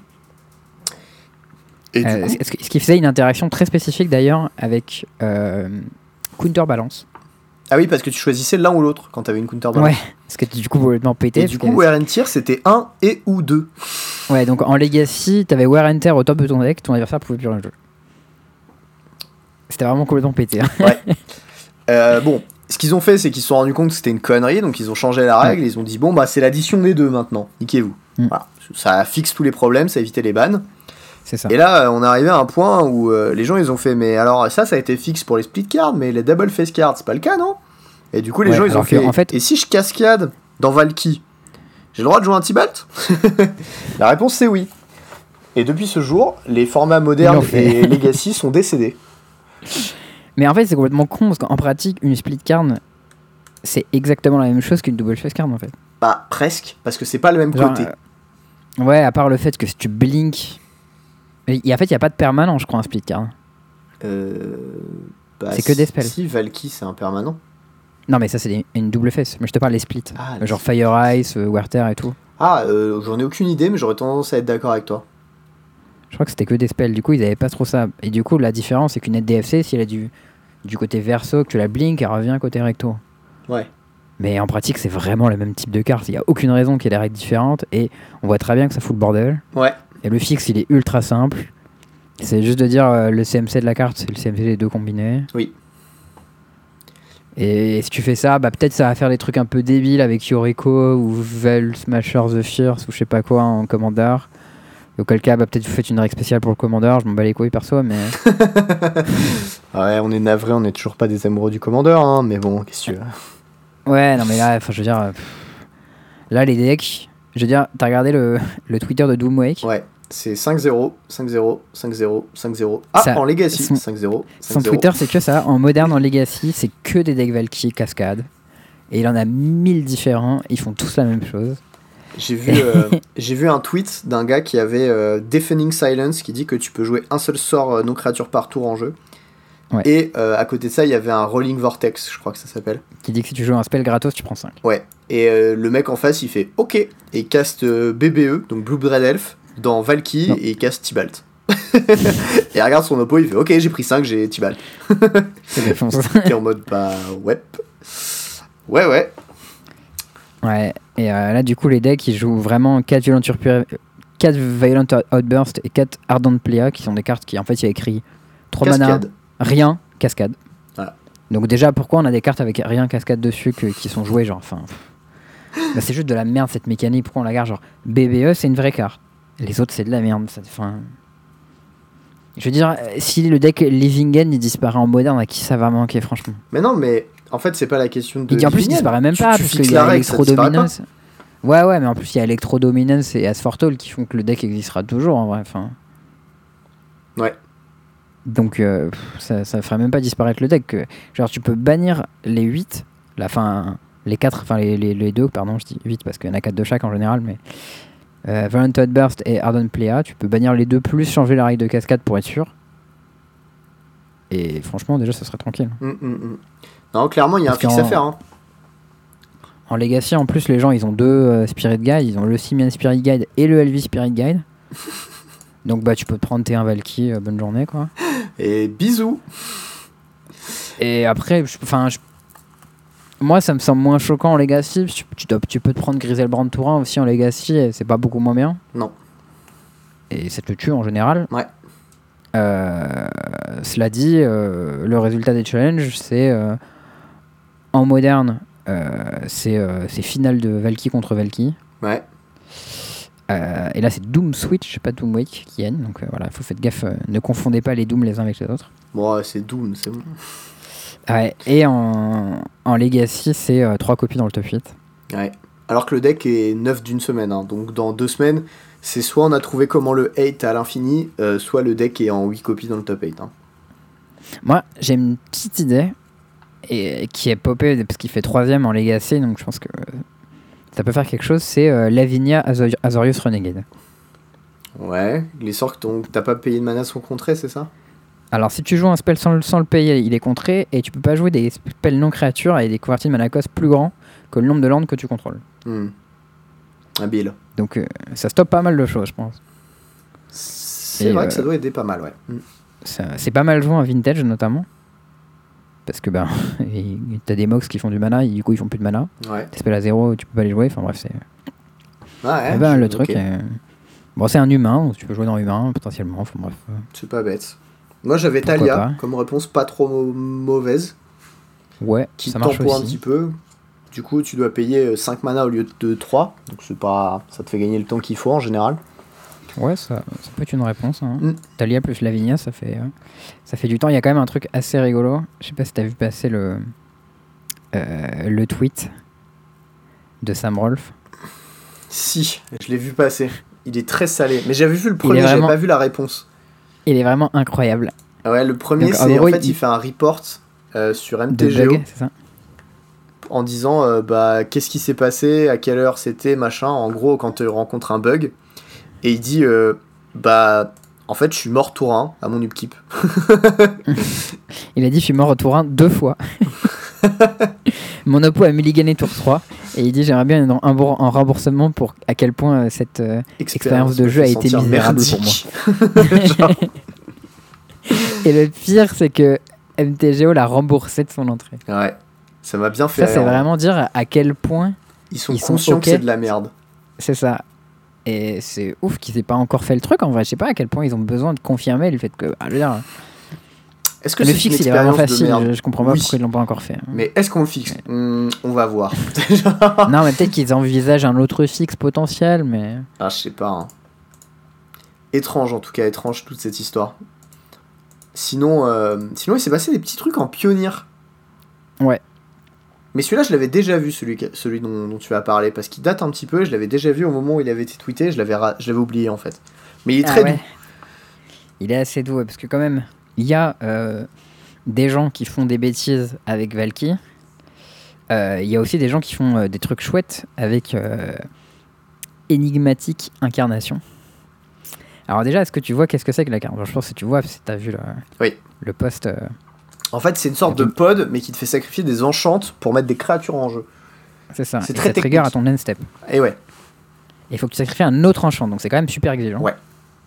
Et ce qui faisait une interaction très spécifique d'ailleurs avec Counterbalance. Ah oui, parce que tu choisissais l'un ou l'autre quand t'avais une Counterbalance. Ouais, parce que du coup, complètement pété. Et du coup, Wear and Tear, c'était 1 et ou 2. Ouais, donc en Legacy, t'avais Wear and Tear au top de ton deck, ton adversaire pouvait plus rien jouer. C'était vraiment complètement pété. Hein. Ouais. Bon, ce qu'ils ont fait, c'est qu'ils se sont rendus compte que c'était une connerie, donc ils ont changé la règle, ils ont dit, bon, bah c'est l'addition des deux maintenant, niquez-vous. Voilà. Ça fixe tous les problèmes, ça évite les bans. C'est ça. Et là, on est arrivé à un point où les gens, ils ont fait, mais alors ça a été fixe pour les split cards, mais les double face cards, c'est pas le cas, non? Et du coup, les gens, ils ont fait, en fait, et si je cascade dans Valky, j'ai le droit de jouer un Tibalt? La réponse, c'est oui. Et depuis ce jour, les formats modernes et Legacy sont décédés. Mais en fait, c'est complètement con, parce qu'en pratique, une split card, c'est exactement la même chose qu'une double face card, en fait. Bah, presque, parce que c'est pas le même côté. Ouais, à part le fait que si tu blink... En fait, il n'y a pas de permanent, je crois, un split card. Bah, c'est que des spells. Si, Valky, c'est un permanent. Non, mais ça, c'est une double face. Mais je te parle des splits. Genre Fire Ice, Warter et tout. Ah, j'en ai aucune idée, mais j'aurais tendance à être d'accord avec toi. Je crois que c'était que des spells. Du coup, ils avaient pas trop ça. Et du coup, la différence, c'est qu'une DFC, si elle est du côté verso, que tu la blink, elle revient côté recto. Ouais. Mais en pratique, c'est vraiment le même type de carte. Il n'y a aucune raison qu'il y ait des règles différentes. Et on voit très bien que ça fout le bordel. Ouais. Et le fixe, il est ultra simple. C'est juste de dire le CMC de la carte, c'est le CMC des deux combinés. Oui. Et si tu fais ça, bah peut-être ça va faire des trucs un peu débiles avec Yoriko ou Vel Smasher the Fierce ou je sais pas quoi en Commander. Auquel cas, bah peut-être vous faites une règle spéciale pour le Commander. Je m'en bats les couilles perso, mais. Ouais, on est navré, on n'est toujours pas des amoureux du Commander, hein, mais bon, qu'est-ce que tu veux. Ouais, non mais là, je veux dire. Là, les decks. Je veux dire, t'as regardé le Twitter de Doomwake? Ouais. C'est 5-0, 5-0, 5-0, 5-0. Ah, ça, en Legacy, 5-0. Son Twitter, c'est que ça. En moderne, en Legacy, c'est que des decks Valky cascade. Et il en a 1000 différents. Ils font tous la même chose. J'ai vu un tweet d'un gars qui avait Deafening Silence qui dit que tu peux jouer un seul sort non créature par tour en jeu. Ouais. Et à côté de ça, il y avait un Rolling Vortex, je crois que ça s'appelle. Qui dit que si tu joues un spell gratos, tu prends 5. Ouais. Et le mec en face, il fait OK. Et il caste BBE, donc Blue Bread Elf, dans Valky et il casse Tibalt. Et il regarde son oppo, il fait OK, j'ai pris 5, j'ai Tibalt. Et en mode bah ouais. Ouais. Ouais, et là du coup les decks ils jouent vraiment 4 Violent Outburst et 4 Ardent Plea qui sont des cartes qui en fait il y a écrit 3 mana, rien, cascade. Voilà. Donc déjà pourquoi on a des cartes avec rien cascade dessus qui sont jouées genre enfin bah, c'est juste de la merde cette mécanique, pourquoi on la garde genre BBE c'est une vraie carte. Les autres c'est de la merde, je veux dire si le deck Living End il disparaît en moderne à qui ça va manquer franchement. Mais non mais en fait, c'est pas la question de. Et en plus, il disparaît même pas, parce qu'il y a Electro-Dominance. Ouais, mais en plus, il y a Electro-Dominance et Asphortol qui font que le deck existera toujours, en vrai. Enfin... Ouais. Donc, ça ferait même pas disparaître le deck. Genre, tu peux bannir les 8, les 4, enfin, les 2, pardon, je dis 8 parce qu'il y en a 4 de chaque en général, mais. Violent Outburst et Ardent Plea, tu peux bannir les deux, plus changer la règle de cascade pour être sûr. Et franchement, déjà, ça serait tranquille. Non, clairement, il y a un fixe à faire. Hein. En Legacy, en plus, les gens, ils ont deux Spirit Guide. Ils ont le Simian Spirit Guide et le Elvis Spirit Guide. Donc, bah, tu peux te prendre tes 1 Valky. Bonne journée, quoi. Et bisous. Et après, moi, ça me semble moins choquant en Legacy. Tu peux te prendre Griselbrand Tourin aussi en Legacy. Et c'est pas beaucoup moins bien. Non. Et ça te tue en général. Ouais. Cela dit, le résultat des challenges, c'est en moderne, c'est finale de Valky contre Valky. Ouais. Et là, c'est Doom Switch, pas Doom Wake qui gagne. Donc voilà, il faut faire gaffe. Ne confondez pas les Doom les uns avec les autres. Bon, c'est Doom, c'est bon. Ouais. Et en Legacy, c'est 3 copies dans le top 8. Ouais. Alors que le deck est neuf d'une semaine. Hein. Donc dans 2 semaines, C'est soit on a trouvé comment le hate à l'infini, soit le deck est en 8 copies dans le top 8. Hein. Moi, j'ai une petite idée et qui est popée parce qu'il fait 3ème en Legacy, donc je pense que ça peut faire quelque chose. C'est Lavinia Azorius Renegade. Ouais, les sorts que t'as pas payé de mana sont contrés, c'est ça? Alors, si tu joues un spell sans le payer, il est contré et tu peux pas jouer des spells non créatures avec des convertis de mana cost plus grands que le nombre de landes que tu contrôles. Habile. Donc, ça stoppe pas mal de choses, je pense. C'est vrai que ça doit aider pas mal, ouais. C'est pas mal joué en vintage, notamment. Parce que t'as des mox qui font du mana, et du coup ils font plus de mana. Ouais. Tes spells à 0, tu peux pas les jouer. Enfin bref, c'est. Ouais, le truc. Bon, c'est un humain, donc tu peux jouer dans humain potentiellement. Enfin bref. C'est pas bête. Moi j'avais Talia comme réponse pas trop mauvaise. Ouais, qui ça marche tempo aussi. un petit peu. Du coup, tu dois payer 5 mana au lieu de 3. Donc c'est pas, ça te fait gagner le temps qu'il faut en général. Ouais, ça peut être une réponse. Hein. Talia plus Lavinia, ça fait du temps. Il y a quand même un truc assez rigolo. Je sais pas si t'as vu passer le tweet de Sam Rolfe. Si, je l'ai vu passer. Il est très salé. Mais j'avais vu le premier, j'avais pas vu la réponse. Il est vraiment incroyable. Ouais, le premier, donc, c'est en fait, il fait un report sur MTGO. Bug, c'est ça. En disant qu'est-ce qui s'est passé, à quelle heure c'était, machin. En gros, quand tu rencontres un bug. Et il dit en fait, je suis mort tour 1 à mon upkeep. Il a dit je suis mort au tour 1 2 fois. Mon oppo a mulligané tour 3. Et il dit j'aimerais bien un remboursement pour à quel point cette expérience de jeu a été misérable pour moi. Et le pire, c'est que MTGO l'a remboursé de son entrée. Ouais, ça m'a bien fait rire. Ça, c'est vraiment dire à quel point ils sont conscients que c'est de la merde. C'est ça. Et c'est ouf qu'ils aient pas encore fait le truc en vrai. Je sais pas à quel point ils ont besoin de confirmer le fait que. Est-ce que le fixe il est vraiment facile, je comprends pas oui. pourquoi ils l'ont pas encore fait. Mais est-ce qu'on le fixe ? On va voir. Non, mais peut-être qu'ils envisagent un autre fixe potentiel, mais. Ah, je sais pas. Hein. Étrange en tout cas, étrange toute cette histoire. Sinon il s'est passé des petits trucs en pionnier. Ouais. Mais celui-là, je l'avais déjà vu, celui dont tu vas parler, parce qu'il date un petit peu, je l'avais déjà vu au moment où il avait été tweeté, je l'avais oublié en fait. Mais il est très doux. Il est assez doux, parce que quand même, il y a des gens qui font des bêtises avec Valky. Il y a aussi des gens qui font des trucs chouettes avec Énigmatique Incarnation. Alors déjà, est-ce que tu vois qu'est-ce que c'est que la carte ? Je pense que tu vois, si t'as vu le post... En fait, c'est une sorte de pod, mais qui te fait sacrifier des enchantes pour mettre des créatures en jeu. C'est ça. C'est et très ça trigger à ton end step. Et ouais. Il faut que tu sacrifies un autre enchant, donc c'est quand même super exigeant. Ouais.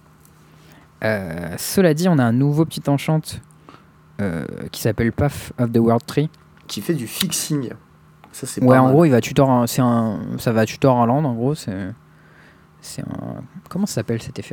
Cela dit, on a un nouveau petit enchant qui s'appelle Path of the World Tree. Qui fait du fixing. Ça, c'est ouais, pas en mal. gros, il va tutor ça va tutor un land, en gros. C'est un... Comment ça s'appelle cet effet ?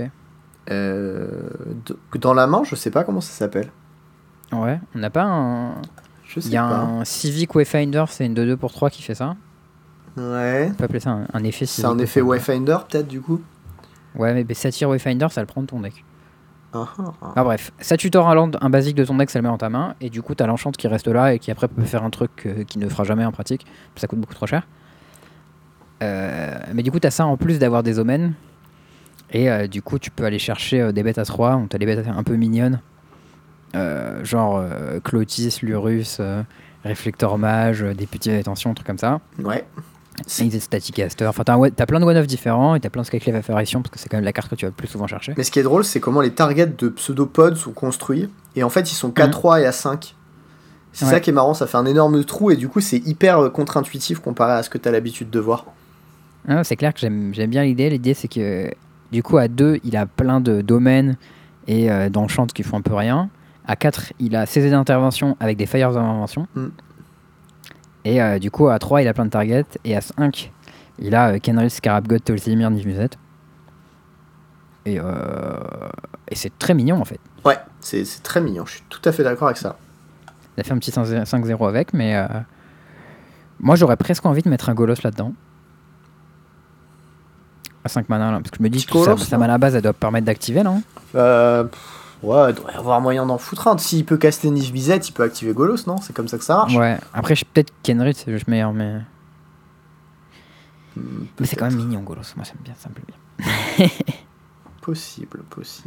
Dans la main, je sais pas comment ça s'appelle. Ouais, on n'a pas un... Je sais Il y a pas. un Civic Wayfinder, c'est une 2-2 pour 3 qui fait ça. Ouais. On peut appeler ça un effet Civic. C'est un effet Wayfinder, peut-être, du coup. Ouais, mais Satyr Wayfinder, ça le prend de ton deck. Bref, ça tutor un land, un basique de ton deck, ça le met dans ta main, et du coup, t'as l'enchant qui reste là et qui après peut faire un truc qui ne fera jamais en pratique. Ça coûte beaucoup trop cher. Mais du coup, t'as ça en plus d'avoir des omens. Et du coup, tu peux aller chercher des bêtes à 3, donc t'as des bêtes un peu mignonnes. Genre Clotis, Lurus, Réflector Mage, des petites attentions, trucs comme ça. Ouais. Et des Static Caster. Enfin, t'as plein de one-off différents et t'as plein de Skyclave Apparition parce que c'est quand même la carte que tu vas le plus souvent chercher. Mais ce qui est drôle, c'est comment les targets de pseudopods sont construits. Et en fait, ils sont qu'à 3 et à 5. C'est ça qui est marrant, ça fait un énorme trou et du coup, c'est hyper contre-intuitif comparé à ce que t'as l'habitude de voir. Ah, c'est clair que j'aime bien l'idée. L'idée, c'est que du coup, à 2, il a plein de domaines et d'enchantes qui font un peu rien. À 4, il a CZ d'intervention avec des Fires d'intervention. Et du coup, à 3, il a plein de targets. Et à 5, il a Kenris, Scarab God, Tolsimir, Nivmuzet. Et c'est très mignon, en fait. Ouais, c'est très mignon. Je suis tout à fait d'accord avec ça. Il a fait un petit 5-0 avec, mais moi, j'aurais presque envie de mettre un Golos là-dedans. À 5 mana, là, parce que je me dis que sa mana base, elle doit permettre d'activer, non ? Ouais, il doit y avoir moyen d'en foutre un. S'il peut caster Nivmuzet, il peut activer Golos, non ? C'est comme ça que ça marche. Ouais, après, peut-être Kenris, c'est juste meilleur, mais c'est quand même mignon, Golos. Moi, ça me plaît bien. Possible.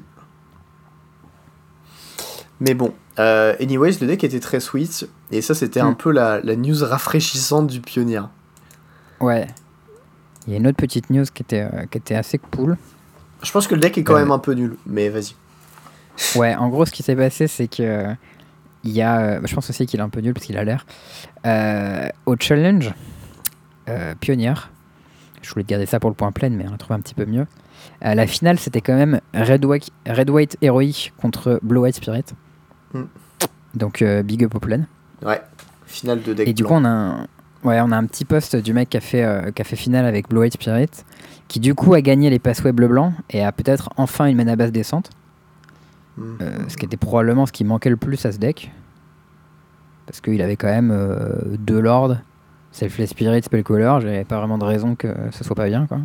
Mais bon, anyways, le deck était très sweet, et ça c'était un peu la news rafraîchissante du pionnier. Ouais. Il y a une autre petite news qui était assez cool. Je pense que le deck est quand même un peu nul, mais vas-y. Ouais, en gros, ce qui s'est passé, c'est que il y a... je pense aussi qu'il est un peu nul, parce qu'il a l'air. Au challenge pionnière, je voulais garder ça pour le point plein, mais on a trouvé un petit peu mieux. La finale, c'était quand même Red White Heroic contre Blue White Spirit. Donc, big up au plein. Ouais, finale de deck et du coup, on a un petit post du mec qui a fait finale avec Blue White Spirit, qui du coup a gagné les pathways bleu-blanc et a peut-être enfin une mana base décente. Ce qui était probablement ce qui manquait le plus à ce deck. Parce qu'il avait quand même 2 lords, Selfless Spirit, Spellcaller, j'avais pas vraiment de raison que ça soit pas bien, quoi.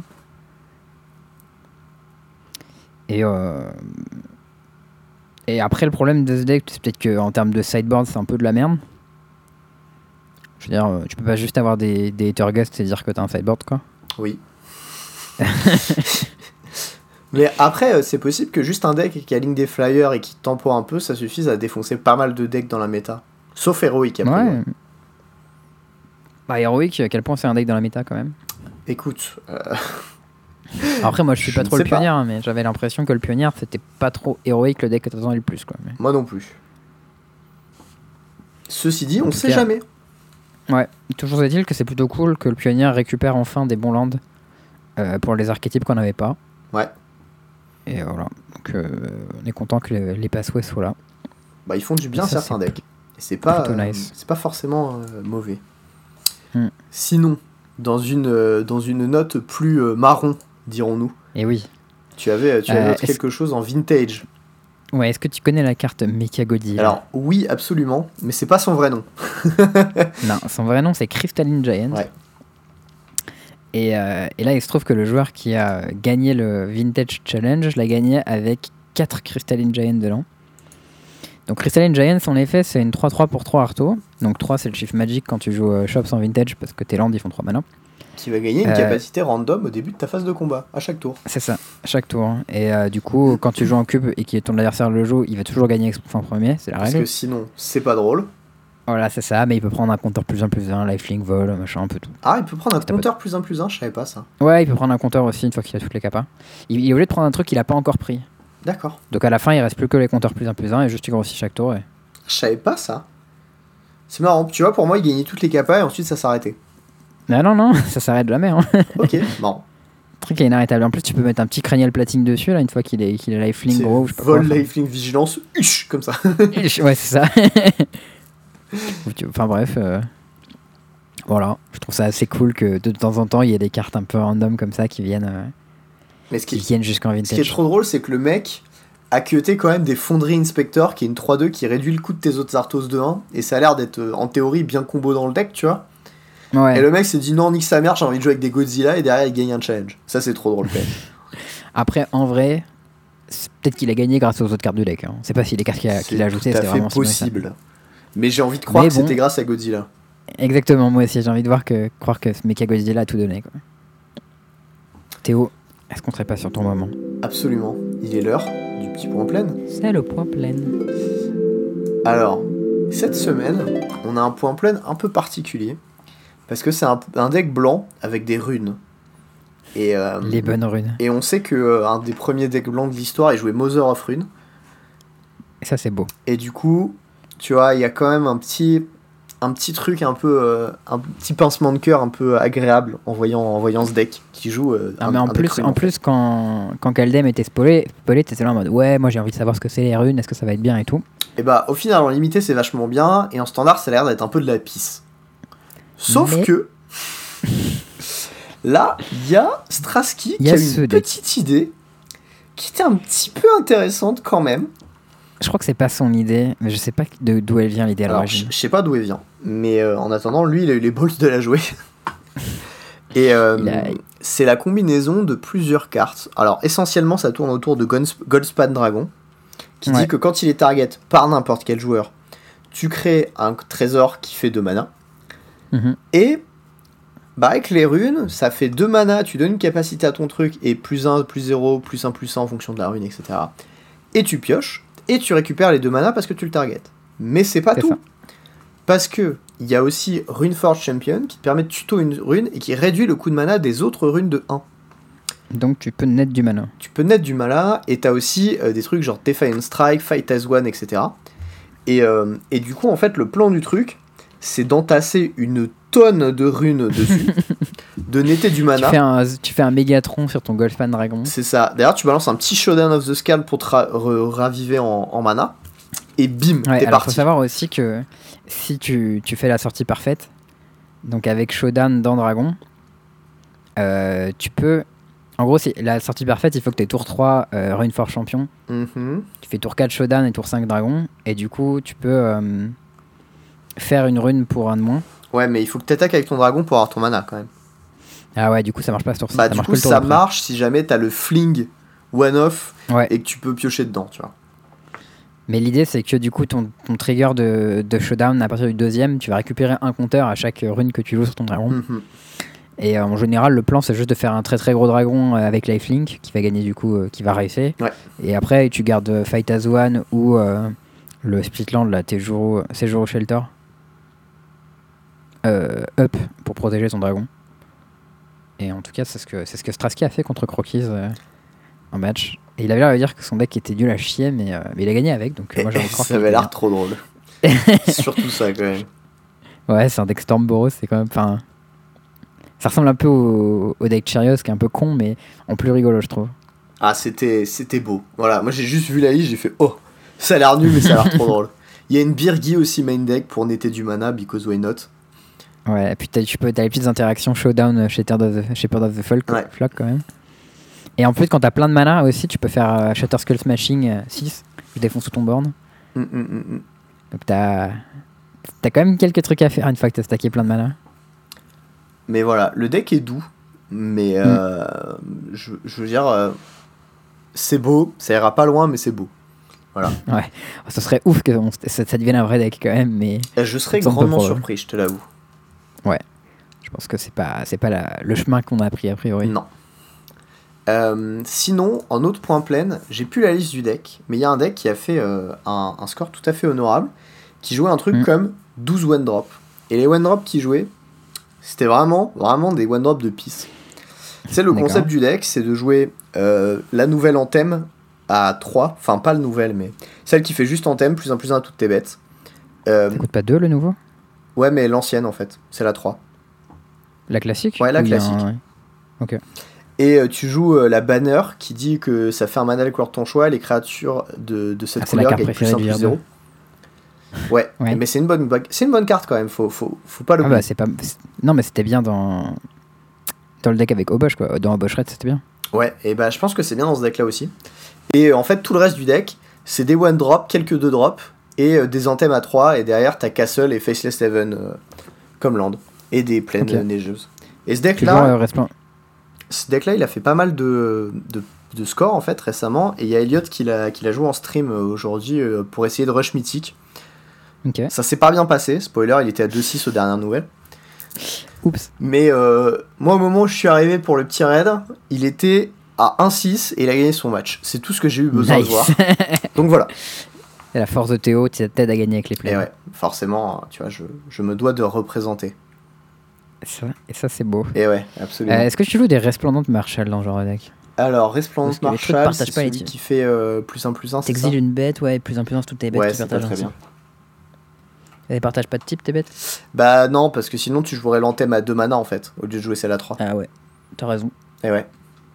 Et après, le problème de ce deck, c'est peut-être qu'en termes de sideboard, c'est un peu de la merde. Je veux dire, tu peux pas juste avoir des Ethergust et dire que t'as un sideboard, quoi. Oui. Mais après, c'est possible que juste un deck qui aligne des flyers et qui tempo un peu, ça suffise à défoncer pas mal de decks dans la méta. Sauf Heroic, après. Ouais. Bah, Heroic, à quel point c'est un deck dans la méta, quand même. Écoute... Après, moi, je suis pas trop le pionnier, hein, mais j'avais l'impression que le pionnier, c'était pas trop héroïque le deck que t'attendais le plus, quoi. Mais... Moi non plus. Ceci dit, on sait jamais. Ouais, toujours est-il que c'est plutôt cool que le pionnier récupère enfin des bons lands pour les archétypes qu'on n'avait pas. Ouais. Et voilà, donc on est content que les pathways soient là. Bah, ils font du bien certains decks. Et c'est pas, nice. C'est pas forcément mauvais. Sinon, dans une note plus marron, dirons-nous. Et oui. Tu avais noté quelque chose en vintage. Ouais, est-ce que tu connais la carte Mecha Godzilla ? Alors, oui, absolument, mais c'est pas son vrai nom. Non, son vrai nom, c'est Crystalline Giant. Ouais. Et là, il se trouve que le joueur qui a gagné le Vintage Challenge l'a gagné avec 4 Crystalline Giant dedans. Donc Crystalline Giant, en effet, c'est une 3-3 pour 3 Arto. Donc 3, c'est le chiffre magique quand tu joues Shops en Vintage, parce que tes lands, ils font 3 mana. Qui va gagner une capacité random au début de ta phase de combat, à chaque tour. C'est ça, à chaque tour. Et du coup, quand tu joues en cube et que ton adversaire le joue, il va toujours gagner avec son point premier, c'est la règle. Parce que sinon, c'est pas drôle. Voilà, c'est ça, mais il peut prendre un compteur +1/+1, lifelink, vol, machin, un peu tout. Ah, il peut prendre un compteur +1/+1, je savais pas ça. Ouais, il peut prendre un compteur aussi une fois qu'il a toutes les capas. Il est obligé de prendre un truc qu'il a pas encore pris. D'accord. Donc à la fin, il reste plus que les compteurs +1/+1 et juste tu grossis chaque tour. Et... Je savais pas ça. C'est marrant, tu vois, pour moi, il gagnait toutes les capas et ensuite ça s'arrêtait. Non, ça s'arrête jamais. Hein. Ok, marrant. Le truc est inarrêtable. En plus, tu peux mettre un petit cranial platine dessus là, une fois qu'il est lifelink gros. Je sais pas vol, quoi, lifelink, vigilance, comme ça. Ouais, c'est ça. Enfin bref, voilà. Je trouve ça assez cool que de temps en temps, il y ait des cartes un peu random comme ça qui viennent, viennent jusqu'en vintage. Ce qui est trop drôle, c'est que le mec a cuté quand même des fonderies Inspector, qui est une 3-2 qui réduit le coût de tes autres Arthos de 1, et ça a l'air d'être en théorie bien combo dans le deck, tu vois. Ouais. Et le mec s'est dit non, nique sa mère, j'ai envie de jouer avec des Godzilla, et derrière il gagne un challenge. Ça, c'est trop drôle quand même. Après, en vrai, peut-être qu'il a gagné grâce aux autres cartes du deck. Hein. C'est pas si les cartes qu'il a ajoutées, c'était vraiment possible. Mais j'ai envie de croire que c'était grâce à Godzilla. Exactement, moi aussi, j'ai envie de croire que ce Mecha Godzilla a tout donné, quoi. Théo, est-ce qu'on serait pas sur ton moment ? Absolument. Il est l'heure du petit point plein. C'est le point plein. Alors, cette semaine, on a un point plein un peu particulier. Parce que c'est un deck blanc avec des runes. Et, les bonnes runes. Et on sait que un des premiers decks blancs de l'histoire est joué Mother of Runes. Et ça, c'est beau. Et du coup, tu vois, il y a quand même un petit truc un peu... un petit pincement de cœur un peu agréable en voyant ce deck qui joue mais en plus, quand Kaldheim était spoilé, t'étais là en mode ouais, moi j'ai envie de savoir ce que c'est les runes, est-ce que ça va être bien et tout. Et bah, au final, en limité, c'est vachement bien. Et en standard, ça a l'air d'être un peu de la pisse. Sauf que... Là, il y a Straski qui a une petite idée qui était un petit peu intéressante quand même. Je crois que c'est pas son idée, mais je sais pas d'où elle vient l'idée à l'origine. Je sais pas d'où elle vient, mais en attendant, lui, il a eu les balls de la jouer. Et c'est la combinaison de plusieurs cartes. Alors, essentiellement, ça tourne autour de Goldspan Dragon, qui dit que quand il est target par n'importe quel joueur, tu crées un trésor qui fait 2 mana. Et Bah avec les runes, ça fait 2 mana, tu donnes une capacité à ton truc, et plus 1, plus 0, plus 1, plus 1 en fonction de la rune, etc. Et tu pioches, et tu récupères les 2 mana parce que tu le target. Mais c'est pas C'est tout. ça. Parce que il y a aussi Runeforge Champion qui te permet de tuto une rune et qui réduit le coût de mana des autres runes de 1. Donc tu peux net du mana. Tu peux net du mana, et t'as aussi des trucs genre Defiant Strike, Fight as One, etc. Et du coup, en fait, le plan du truc, c'est d'entasser une tonne de runes dessus, de netter du mana. Tu fais un Mégatron sur ton Golfan Dragon. C'est ça. D'ailleurs, tu balances un petit Showdown of the Scald pour te raviver en mana, et bim, Ouais, t'es alors faut parti. savoir aussi que si tu fais la sortie parfaite, donc avec Shodan dans Dragon, tu peux... En gros, la sortie parfaite, il faut que tu aies tour 3 Runeforge Champion. Mhm. Tu fais tour 4 Shodan et tour 5 Dragon. Et du coup, tu peux faire une rune pour un de moins. Ouais, mais il faut que t'attaques avec ton dragon pour avoir ton mana quand même. Ah ouais, du coup, ça marche pas ce tour-ci. Bah, ça du marche coup, que le tour ça d'après. marche si jamais t'as le fling one-off Ouais. et que tu peux piocher dedans, tu vois. Mais l'idée, c'est que du coup, ton trigger de Showdown, à partir du deuxième, tu vas récupérer un compteur à chaque rune que tu joues sur ton dragon. Mhm. Et en général, le plan, c'est juste de faire un très très gros dragon avec lifelink qui va gagner du coup, qui va racer. Ouais. Et après, tu gardes Fight as One ou le Splitland, là, Séjour au Shelter. Up pour protéger ton dragon. Et en tout cas, c'est ce que Stratsky a fait contre Croquis en match. Et il avait l'air de dire que son deck était nul à chier, mais il a gagné avec. Donc moi, j'ai envie de croire Ça qu'il avait était l'air bien. trop drôle. Surtout ça, quand même. Ouais, c'est un deck Storm Boros, c'est quand même. Enfin, ça ressemble un peu au deck Charios, qui est un peu con, mais en plus rigolo, je trouve. Ah, c'était beau. Voilà, moi j'ai juste vu la liste, j'ai fait oh, ça a l'air nul, mais ça a l'air trop drôle. Il y a une Birgi aussi main deck pour netter du mana, because why not. Ouais, et puis t'as les petites interactions Showdown Shepherd of the Flock, Ouais. Flock quand même. Et en plus, quand t'as plein de mana aussi, tu peux faire Shatter Skull Smashing 6, je défonce tout ton board. Donc t'as quand même quelques trucs à faire une fois que t'as stacké plein de mana. Mais voilà, le deck est doux, mais je veux dire, c'est beau, ça ira pas loin, mais c'est beau. Voilà. Ouais, ce serait ouf que ça devienne un vrai deck quand même, mais Et je serais Ça me semble grandement pas probable. surpris, je te l'avoue. je pense que c'est pas le chemin qu'on a pris a priori. Non. Sinon, en autre point plein, j'ai plus la liste du deck, mais il y a un deck qui a fait un score tout à fait honorable, qui jouait un truc comme 12 one-drop. Et les one-drop qui jouaient, c'était vraiment des one-drop de pisse. C'est le D'accord. concept du deck, c'est de jouer la nouvelle Anthem à 3, enfin pas le nouvelle, mais celle qui fait juste Anthem, plus 1 à toutes tes bêtes. Ça coûte pas 2 le nouveau? Ouais, mais l'ancienne en fait, c'est la 3. La classique? Ouais, la Ou il y a classique. Ok. Et tu joues la banner qui dit que ça fait un mana de couleur de ton choix, les créatures de cette c'est la couleur carte gagnent plus 1 préférée du plus 0. Ouais, Ouais. mais c'est une bonne carte quand même, faut pas Ah l'oublier. bah c'est pas... Non mais c'était bien dans le deck avec Obosh quoi. Dans Obosh Red c'était bien. Ouais, et bah je pense que c'est bien dans ce deck là aussi. Et en fait, tout le reste du deck, c'est des one drop, quelques 2 drops, et des anthems à 3, et derrière t'as Castle et Faceless Haven comme land, et des plaines Ok. neigeuses. Et ce deck Toujours là, il a fait pas mal de scores en fait récemment, et il y a Elliot qui l'a joué en stream aujourd'hui pour essayer de rush mythique. Ok. Ça s'est pas bien passé, spoiler, il était à 2-6 aux dernières nouvelles. Oups. Mais moi, au moment où je suis arrivé pour le petit raid, il était à 1-6 et il a gagné son match. C'est tout ce que j'ai eu besoin de voir. Donc voilà. Et la force de Théo t'aide à gagner avec les Et plays. ouais, forcément, tu vois, je me dois de représenter. Et ça c'est beau. Et ouais, absolument. Est-ce que tu joues des Resplendentes Marshall dans ce genre de deck? Alors, Resplendent Parce que les trucs Marshall, partagent c'est pas les celui types. qui fait plus 1, c'est ça? T'exiles une bête, ouais, plus en toutes tes bêtes Ouais, qui c'est pas partagent très ensemble. bien. Elles partagent pas de type tes bêtes? Bah non, parce que sinon tu jouerais l'anthem à 2 mana en fait, au lieu de jouer celle à 3. Ah ouais, t'as raison. Et ouais.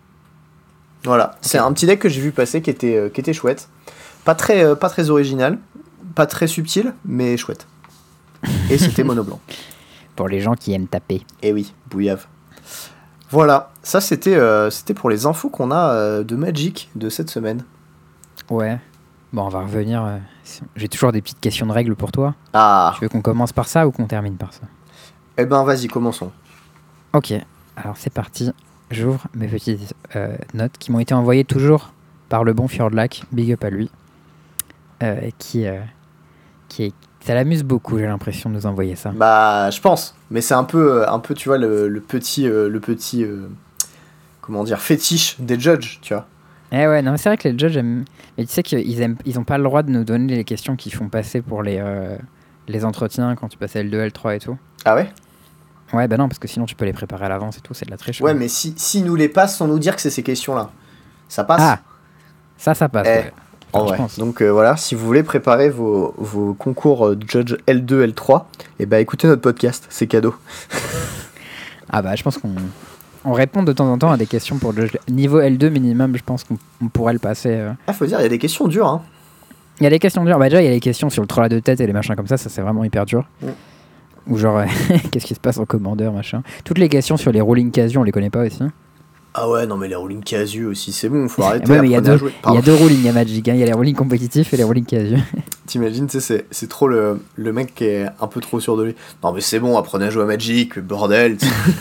Voilà, c'est un petit deck que j'ai vu passer qui était chouette. Pas très original, pas très subtil, mais chouette. Et c'était mono blanc. Pour les gens qui aiment taper. Et oui, bouillave. Voilà, ça c'était pour les infos qu'on a de Magic de cette semaine. Ouais. Bon, on va revenir. J'ai toujours des petites questions de règles pour toi. Ah, Tu veux qu'on commence par ça ou qu'on termine par ça? eh ben vas-y, commençons. Ok, alors c'est parti. J'ouvre mes petites notes qui m'ont été envoyées toujours par le bon Fjordlac, big up à lui, qui Ça l'amuse beaucoup, j'ai l'impression de nous envoyer ça. Bah, je pense. Mais c'est un peu, tu vois, le petit, comment dire, fétiche des judges, tu vois. Eh ouais, non, c'est vrai que les judges aiment. Mais tu sais ils ont pas le droit de nous donner les questions qu'ils font passer pour les entretiens quand tu passes L2, L3 et tout. Ah ouais? Ouais, bah non, parce que sinon tu peux les préparer à l'avance et tout, c'est de la triche. Ouais, mais si nous les passent sans nous dire que c'est ces questions-là, ça passe? Ah, ça passe. Ouais. En vrai. Donc voilà, si vous voulez préparer vos concours Judge L2, L3, et bah écoutez notre podcast, c'est cadeau. Ah bah je pense qu'on répond de temps en temps à des questions pour le niveau L2 minimum, je pense qu'on pourrait le passer. Ah, faut dire, il y a des questions dures, hein. Il y a des questions dures, bah déjà il y a les questions sur le troll de tête et les machins comme ça c'est vraiment hyper dur. Ou genre, qu'est-ce qui se passe en commandeur, machin. Toutes les questions sur les rolling casu, on les connaît pas aussi. Ah ouais, non mais les rolling casu aussi, c'est bon, faut arrêter. Ouais, mais il y a deux rolling à Magic, hein. Il y a les rolling compétitifs et les rolling casu. T'imagines, tu sais, c'est trop le mec qui est un peu trop sûr de lui. Non mais c'est bon, apprenez à jouer à Magic, bordel.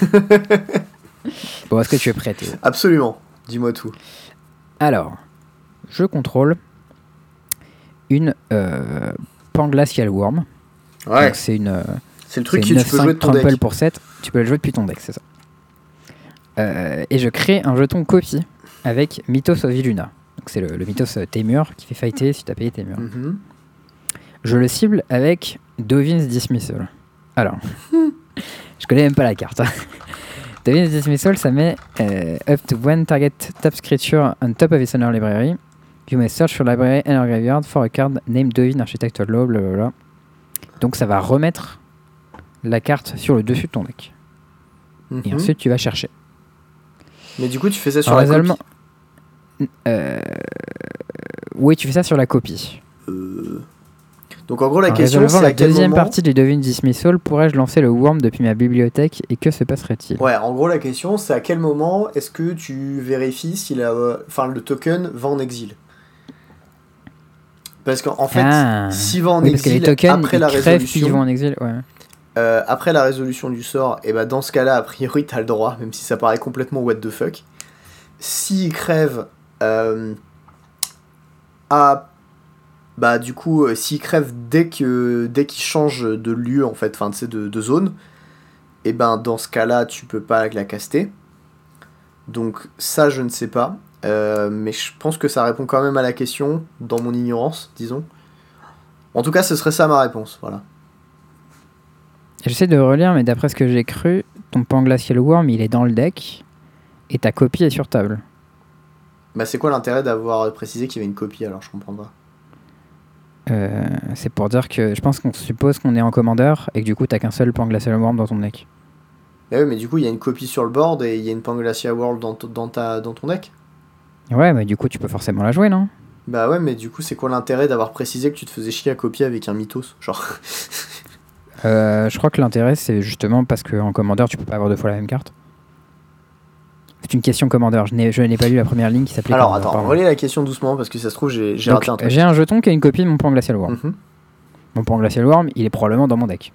Bon, est-ce que tu es prêt, Théo? Absolument, dis-moi tout. Alors, je contrôle une Panglacial Worm. Ouais. Donc c'est le truc que tu peux jouer de ton deck. Pour 7, tu peux le jouer depuis ton deck, c'est ça. Et je crée un jeton copie avec Mythos of Illuna. Donc c'est le Mythos Temur qui fait fighter si tu as payé Temur. Je le cible avec Dovin's Dismissal. Alors, je connais même pas la carte. Hein. Dovin's Dismissal, ça met up to one target taps creature on top of its owner library. You may search your library and your graveyard for a card named Dovin Architectural Law, blablabla. Donc ça va remettre la carte sur le dessus de ton deck. Et ensuite tu vas chercher. Mais du coup tu fais ça sur la copie. Oui, tu fais ça sur la copie. Donc en gros la question c'est la deuxième partie du Dovin Dismissal, pourrais-je lancer le Worm depuis ma bibliothèque et que se passerait-il? Ouais, en gros la question c'est à quel moment est-ce que tu vérifies si le token va en exil? Parce qu'en fait, s'il va en exil tokens, après la résolution, vont en exil, ouais. Après la résolution du sort, et bah dans ce cas-là, a priori, t'as le droit, même si ça paraît complètement what the fuck. S'il crève, du coup, s'il crève dès qu'il change de lieu, en fait, enfin, tu sais, de zone, et ben dans ce cas-là, tu peux pas la caster. Donc ça, je ne sais pas. Mais je pense que ça répond quand même à la question, dans mon ignorance, disons. En tout cas, ce serait ça ma réponse, voilà. J'essaie de relire, mais d'après ce que j'ai cru, ton Panglacial Worm, il est dans le deck, et ta copie est sur table. Bah c'est quoi l'intérêt d'avoir précisé qu'il y avait une copie, alors je comprends pas. C'est pour dire que je pense qu'on suppose qu'on est en commandeur, et que du coup t'as qu'un seul Panglacial Worm dans ton deck. Bah oui, mais du coup il y a une copie sur le board, et il y a une Panglacial Worm dans ton deck. Ouais, mais du coup tu peux forcément la jouer, non? Bah ouais, mais du coup c'est quoi l'intérêt d'avoir précisé que tu te faisais chier à copier avec un mythos, genre? Je crois que l'intérêt c'est justement parce qu'en commandeur tu peux pas avoir deux fois la même carte. C'est une question commandeur, je n'ai pas lu la première ligne qui s'appelait. Alors attends, relis la question doucement parce que ça se trouve j'ai raté un truc. J'ai un jeton qui a une copie de mon Panglacial Worm. Mon Panglacial Worm, il est probablement dans mon deck.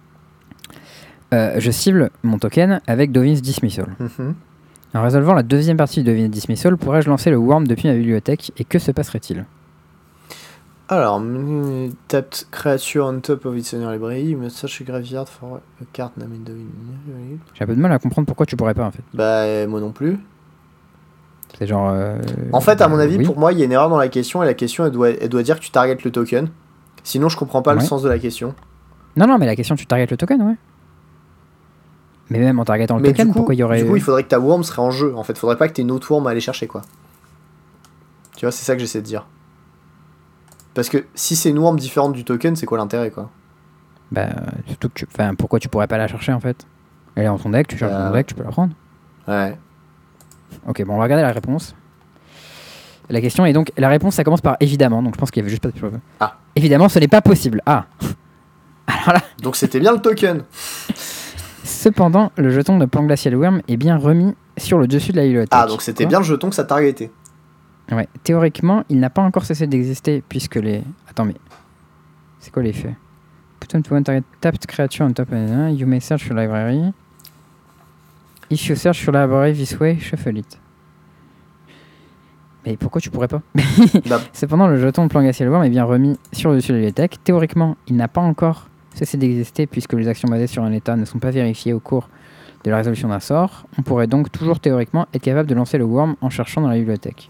Je cible mon token avec Dovin's Dismissal. En résolvant la deuxième partie de Dovin's Dismissal, pourrais-je lancer le Worm depuis ma bibliothèque et que se passerait-il? Alors, tapped creature on top of its owner library, you must search a graveyard for a card named Dovin. J'ai un peu de mal à comprendre pourquoi tu pourrais pas en fait. Bah, moi non plus. C'est genre. En fait, à mon avis, pour moi, il y a une erreur dans la question et la question elle doit dire que tu targetes le token. Sinon, je comprends pas le sens de la question. Non, mais la question, tu targetes le token, ouais. Mais même en targetant le token, pourquoi il y aurait. Du coup, il faudrait que ta worm serait en jeu. En fait, faudrait pas que t'aies une autre worm à aller chercher, quoi. Tu vois, c'est ça que j'essaie de dire. Parce que si c'est une worm différente du token, c'est quoi l'intérêt, quoi? Bah, surtout que pourquoi tu pourrais pas la chercher, en fait? Elle est dans ton deck, tu cherches dans ton deck, tu peux la prendre. Ouais. Ok, bon, on va regarder la réponse. La question est donc. La réponse, ça commence par évidemment, donc je pense qu'il y avait juste pas de preuve. Ah. Évidemment, ce n'est pas possible. Ah. Alors là. Donc c'était bien le token. Cependant, le jeton de Panglacial Worm est bien remis sur le dessus de la bibliothèque. Ah, donc c'était bien le jeton que ça targetait. Ouais, théoriquement, il n'a pas encore cessé d'exister puisque les... Attends, mais... C'est quoi l'effet? Put on to one target tapped creature on top of it. You may search your library. If you search your library this way, shuffle it. Mais pourquoi tu pourrais pas? Bah, Cependant, le jeton de plan glacial worm est bien remis sur le dessus de la bibliothèque. Théoriquement, il n'a pas encore cessé d'exister puisque les actions basées sur un état ne sont pas vérifiées au cours de la résolution d'un sort. On pourrait donc toujours théoriquement être capable de lancer le worm en cherchant dans la bibliothèque.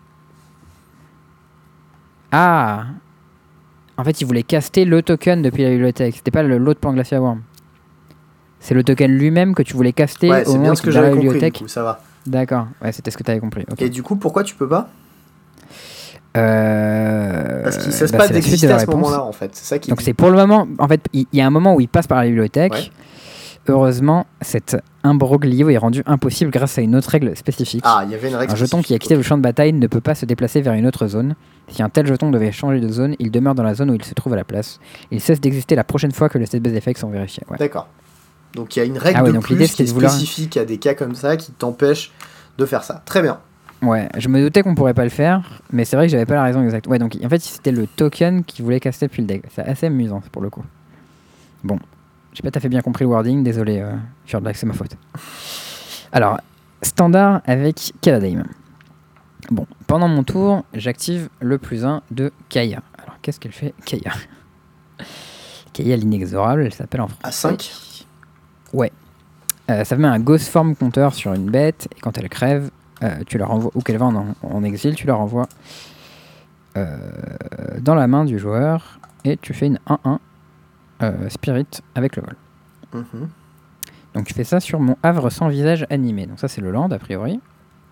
Ah! En fait, il voulait caster le token depuis la bibliothèque. C'était pas l'autre plan glacial worm. C'est le token lui-même que tu voulais caster ouais, au c'est moment bien où ce tu que es dans la j'avais compris, du bibliothèque. coup, ça va. D'accord, ouais, c'était ce que tu avais compris. Ok. Et du coup, pourquoi tu peux pas? Parce qu'il cesse Bah, pas c'est la suite d'exister de la à ce réponse. moment-là, en fait. C'est ça qui Donc c'est pour le moment, en fait, il y a un moment où il passe par la bibliothèque. Ouais. Heureusement, cet imbroglio est rendu impossible grâce à une autre règle spécifique. Ah, il y avait une règle Un jeton qui a quitté le champ de bataille ne peut pas se déplacer vers une autre zone. Si un tel jeton devait changer de zone, il demeure dans la zone où il se trouve à la place. Il cesse d'exister la prochaine fois que les state-based effects sont vérifiés. Ouais. D'accord. Donc il y a une règle Ah ouais, de donc plus l'idée, qui c'était est de vouloir- spécifique à des cas comme ça qui t'empêche de faire ça. Très bien. Ouais, je me doutais qu'on pourrait pas le faire, mais c'est vrai que j'avais pas la raison exacte. Ouais, donc en fait, c'était le token qui voulait caster depuis le deck. C'est assez amusant pour le coup. Bon, j'ai pas tout à fait bien compris le wording, désolé, Fjord Black, c'est ma faute. Alors, standard avec Kaladheim. Bon, pendant mon tour, j'active le +1 de Kaya. Alors, qu'est-ce qu'elle fait, Kaya? Kaya l'inexorable, elle s'appelle en français. À 5. Ouais. Ça met un Ghost Form compteur sur une bête, et quand elle crève, tu la renvoies, ou qu'elle va en exil, tu la renvoies dans la main du joueur, et tu fais une 1-1 Spirit avec le vol. Mhm. Donc tu fais ça sur mon havre sans visage animé. Donc ça c'est le land a priori.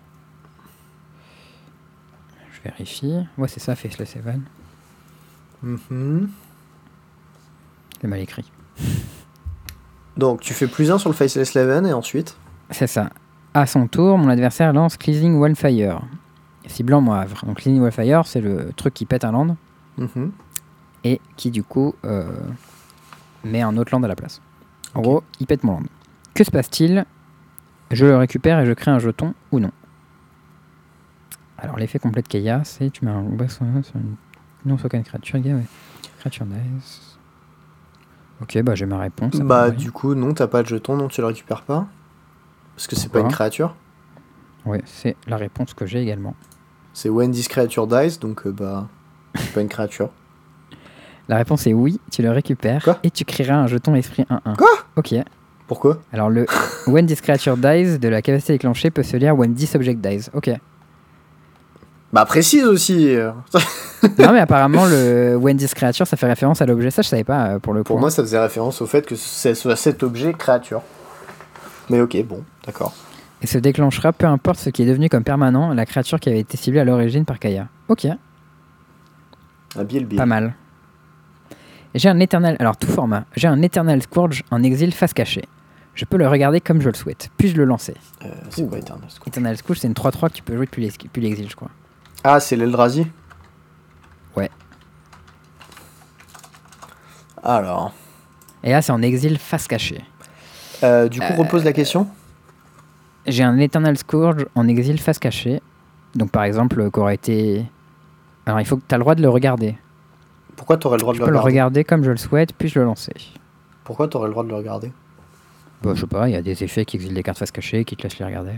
Je vérifie. Ouais c'est ça, Faceless Heaven. Mhm. C'est mal écrit. Donc tu fais +1 sur le Faceless Leven et ensuite. C'est ça. À son tour, mon adversaire lance Cleansing Wildfire. Ciblant mon havre. Donc Cleansing Wildfire c'est le truc qui pète un land. Mhm. Et qui du coup met un autre land à la place. En Ok. gros, il pète mon land. Que se passe-t-il? Je le récupère et je crée un jeton ou non. Alors l'effet complet de Kaya, c'est tu mets un combat sur une non-token créature, ouais. Créature nice. Ok, bah j'ai ma réponse. a Bah priori. du coup non, t'as pas de jeton, non tu le récupères pas. Parce que c'est pas Pourquoi une créature. Ouais, c'est la réponse que j'ai également. C'est when this creature dies, donc bah c'est pas une créature. La réponse est oui, tu le récupères Quoi et tu créeras un jeton esprit 1-1. Quoi Ok. Pourquoi? Alors le When this creature dies de la capacité déclenchée peut se lire When this object dies. Ok. Bah précise aussi. Non mais apparemment le When this creature ça fait référence à l'objet. Ça je savais pas pour le coup. Pour moi ça faisait référence au fait que ce soit cet objet créature. Mais ok, bon, d'accord. Et se déclenchera peu importe ce qui est devenu comme permanent la créature qui avait été ciblée à l'origine par Kaya. Ok. Ah, Bill. Pas mal. J'ai un éternel, alors tout format, j'ai un Eternal Scourge en exil face cachée. Je peux le regarder comme je le souhaite. Puis-je le lancer? C'est quoi Eternal Scourge? Eternal Scourge, c'est une 3-3 que tu peux jouer depuis l'exil, je crois. Ah, c'est l'Eldrazi? Ouais. Alors. Et là, c'est en exil face cachée. Du coup, repose la question. J'ai un Eternal Scourge en exil face cachée. Donc par exemple, qu'aurait été... Alors il faut que tu as le droit de le regarder. Pourquoi t'aurais le droit de Je le peux le regarder? regarder comme je le souhaite, puis-je le lancer? Pourquoi t'aurais le droit de le regarder? Bah, je sais pas, il y a des effets qui exilent des cartes face cachée qui te laissent les regarder.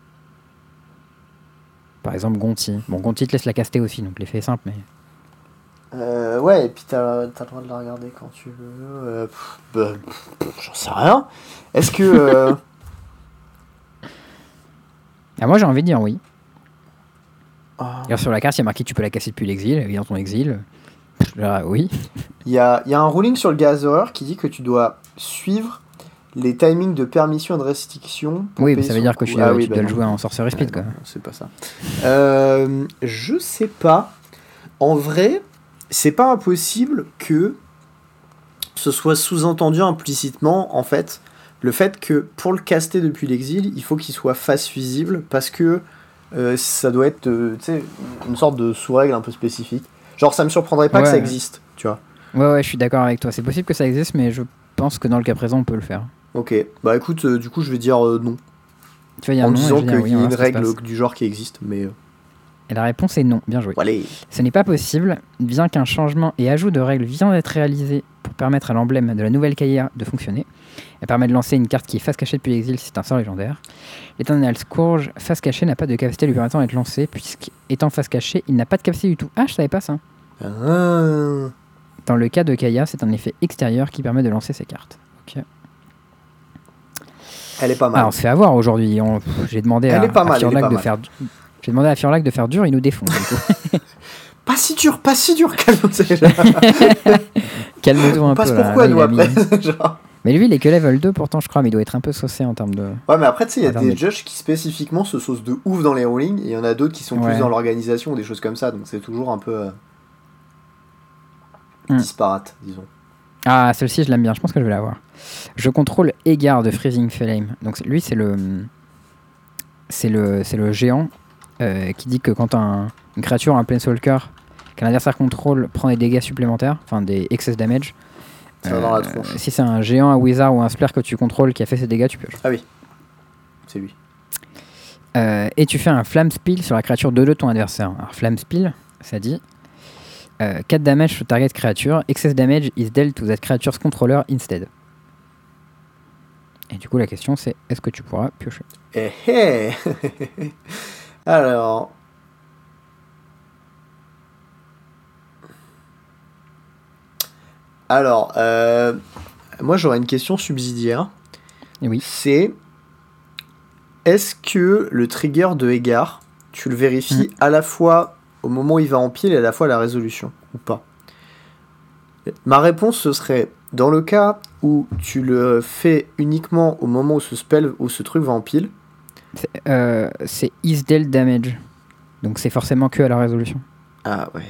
Par exemple, Gonti. Bon, Gonti te laisse la caster aussi, donc l'effet est simple, mais... Ouais, et puis t'as le droit de la regarder quand tu veux. J'en sais rien. Est-ce que. Ah, moi j'ai envie de dire oui. Ah. Regarde sur la carte, il y a marqué tu peux la casser depuis l'exil, et dans ton exil. Là, oui. Il y a un ruling sur le Gatherer qui dit que tu dois suivre les timings de permission et de restriction. Pour Oui, mais payer ça veut son dire que coût. tu dois, oui, tu dois bah le non. jouer en Sorcerer Speed, quoi. Non, c'est pas ça. Je sais pas. En vrai, c'est pas impossible que ce soit sous-entendu implicitement, en fait, le fait que pour le caster depuis l'exil, il faut qu'il soit face visible parce que ça doit être tu sais, une sorte de sous-règle un peu spécifique. Genre, ça me surprendrait pas que ça Ouais. existe, tu vois. Ouais, je suis d'accord avec toi. C'est possible que ça existe, mais je pense que dans le cas présent, on peut le faire. Ok, bah écoute, du coup, je vais dire non. Tu vas dire En non, et disant je vais dire qu'il oui, y on a va une voir ce qui se règle passe. du genre qui existe, mais Et la réponse est non. Bien joué. voilà. Ce n'est pas possible, bien qu'un changement et ajout de règles vient d'être réalisé pour pour permettre à l'emblème de la nouvelle Kaya de fonctionner. Elle permet de lancer une carte qui est face cachée depuis l'exil si c'est un sort légendaire. L'Eternal Scourge face cachée n'a pas de capacité lui permettant d'être lancé, puisqu'étant face cachée, il n'a pas de capacité du tout. Ah, je savais pas ça. Ah. Dans le cas de Kaya, c'est un effet extérieur qui permet de lancer ces cartes. Ok. Elle est pas mal. Alors, on se fait avoir aujourd'hui. J'ai demandé à Furlag de faire. J'ai demandé à Furlag de faire dur, il nous défonce. Du coup. Pas si dur, calme-toi. Calme-toi un passe peu. Pourquoi nous après genre. Mais lui, il est que level 2 pourtant, je crois, mais il doit être un peu saucé en termes de. Ouais, mais après, tu sais, il y a des judges qui spécifiquement se saucent de ouf dans les rulings, et il y en a d'autres qui sont plus dans l'organisation ou des choses comme ça, donc c'est toujours un peu disparate, disons. Ah, celle-ci, je l'aime bien, je pense que je vais l'avoir. Je contrôle Egar de Freezing Flame. Donc lui, c'est le géant qui dit que quand une créature, un Planeswalker, qu'un adversaire contrôle prend des dégâts supplémentaires, enfin des excess damage. Dans la tronche. Si c'est un géant, un wizard ou un splair que tu contrôles qui a fait ces dégâts, tu peux. Ah oui, c'est lui. Et tu fais un Flamme Spill sur la créature de ton adversaire. Alors Flamme Spill, ça dit 4 damage to target creature, excess damage is dealt to that creature's controller instead. Et du coup la question c'est, est-ce que tu pourras piocher? Alors... moi j'aurais une question subsidiaire. Oui. C'est, est-ce que le trigger de Egar, tu le vérifies à la fois au moment où il va en pile et à la fois à la résolution, ou pas? Ma réponse ce serait, dans le cas où tu le fais uniquement au moment où ce truc va en pile. C'est is dealt damage. Donc c'est forcément que à la résolution. Ah ouais.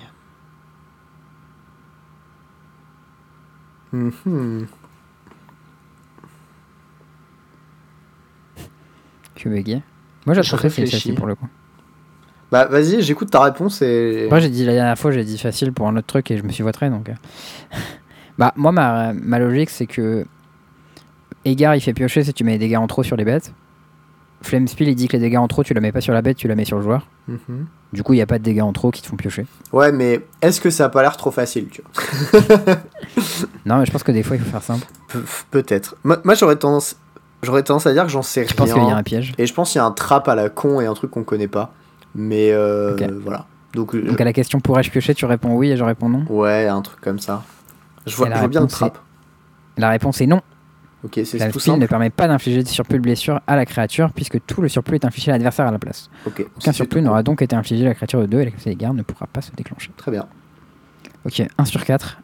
Tu veux guider? Moi je trouve que c'est facile pour le coup. Bah vas-y, j'écoute ta réponse et... Moi j'ai dit la dernière fois, j'ai dit facile pour un autre truc et je me suis votré donc... Bah moi ma logique c'est que Egar il fait piocher si tu mets des dégâts en trop sur les bêtes. Flamespill il dit que les dégâts en trop tu la mets pas sur la bête, tu la mets sur le joueur. Du coup il n'y a pas de dégâts en trop qui te font piocher. Ouais mais est-ce que ça a pas l'air trop facile, tu vois? Non mais je pense que des fois il faut faire simple. Peut-être. Moi j'aurais tendance à dire que j'en sais rien. Je pense qu'il y a un piège. Et je pense qu'il y a un trap à la con et un truc qu'on connaît pas. Mais voilà. Donc à la question pourrais-je piocher, tu réponds oui et je réponds non. Ouais, un truc comme ça. Je vois bien le trap. La réponse est non. Ok, c'est la tout simple. ne permet pas d'infliger de surplus de blessure à la créature puisque tout le surplus est infligé à l'adversaire à la place. Ok. Aucun surplus n'aura donc été infligé à la créature de 2 et la capacité des gardes ne pourra pas se déclencher. Très bien. Ok, 1 sur 4.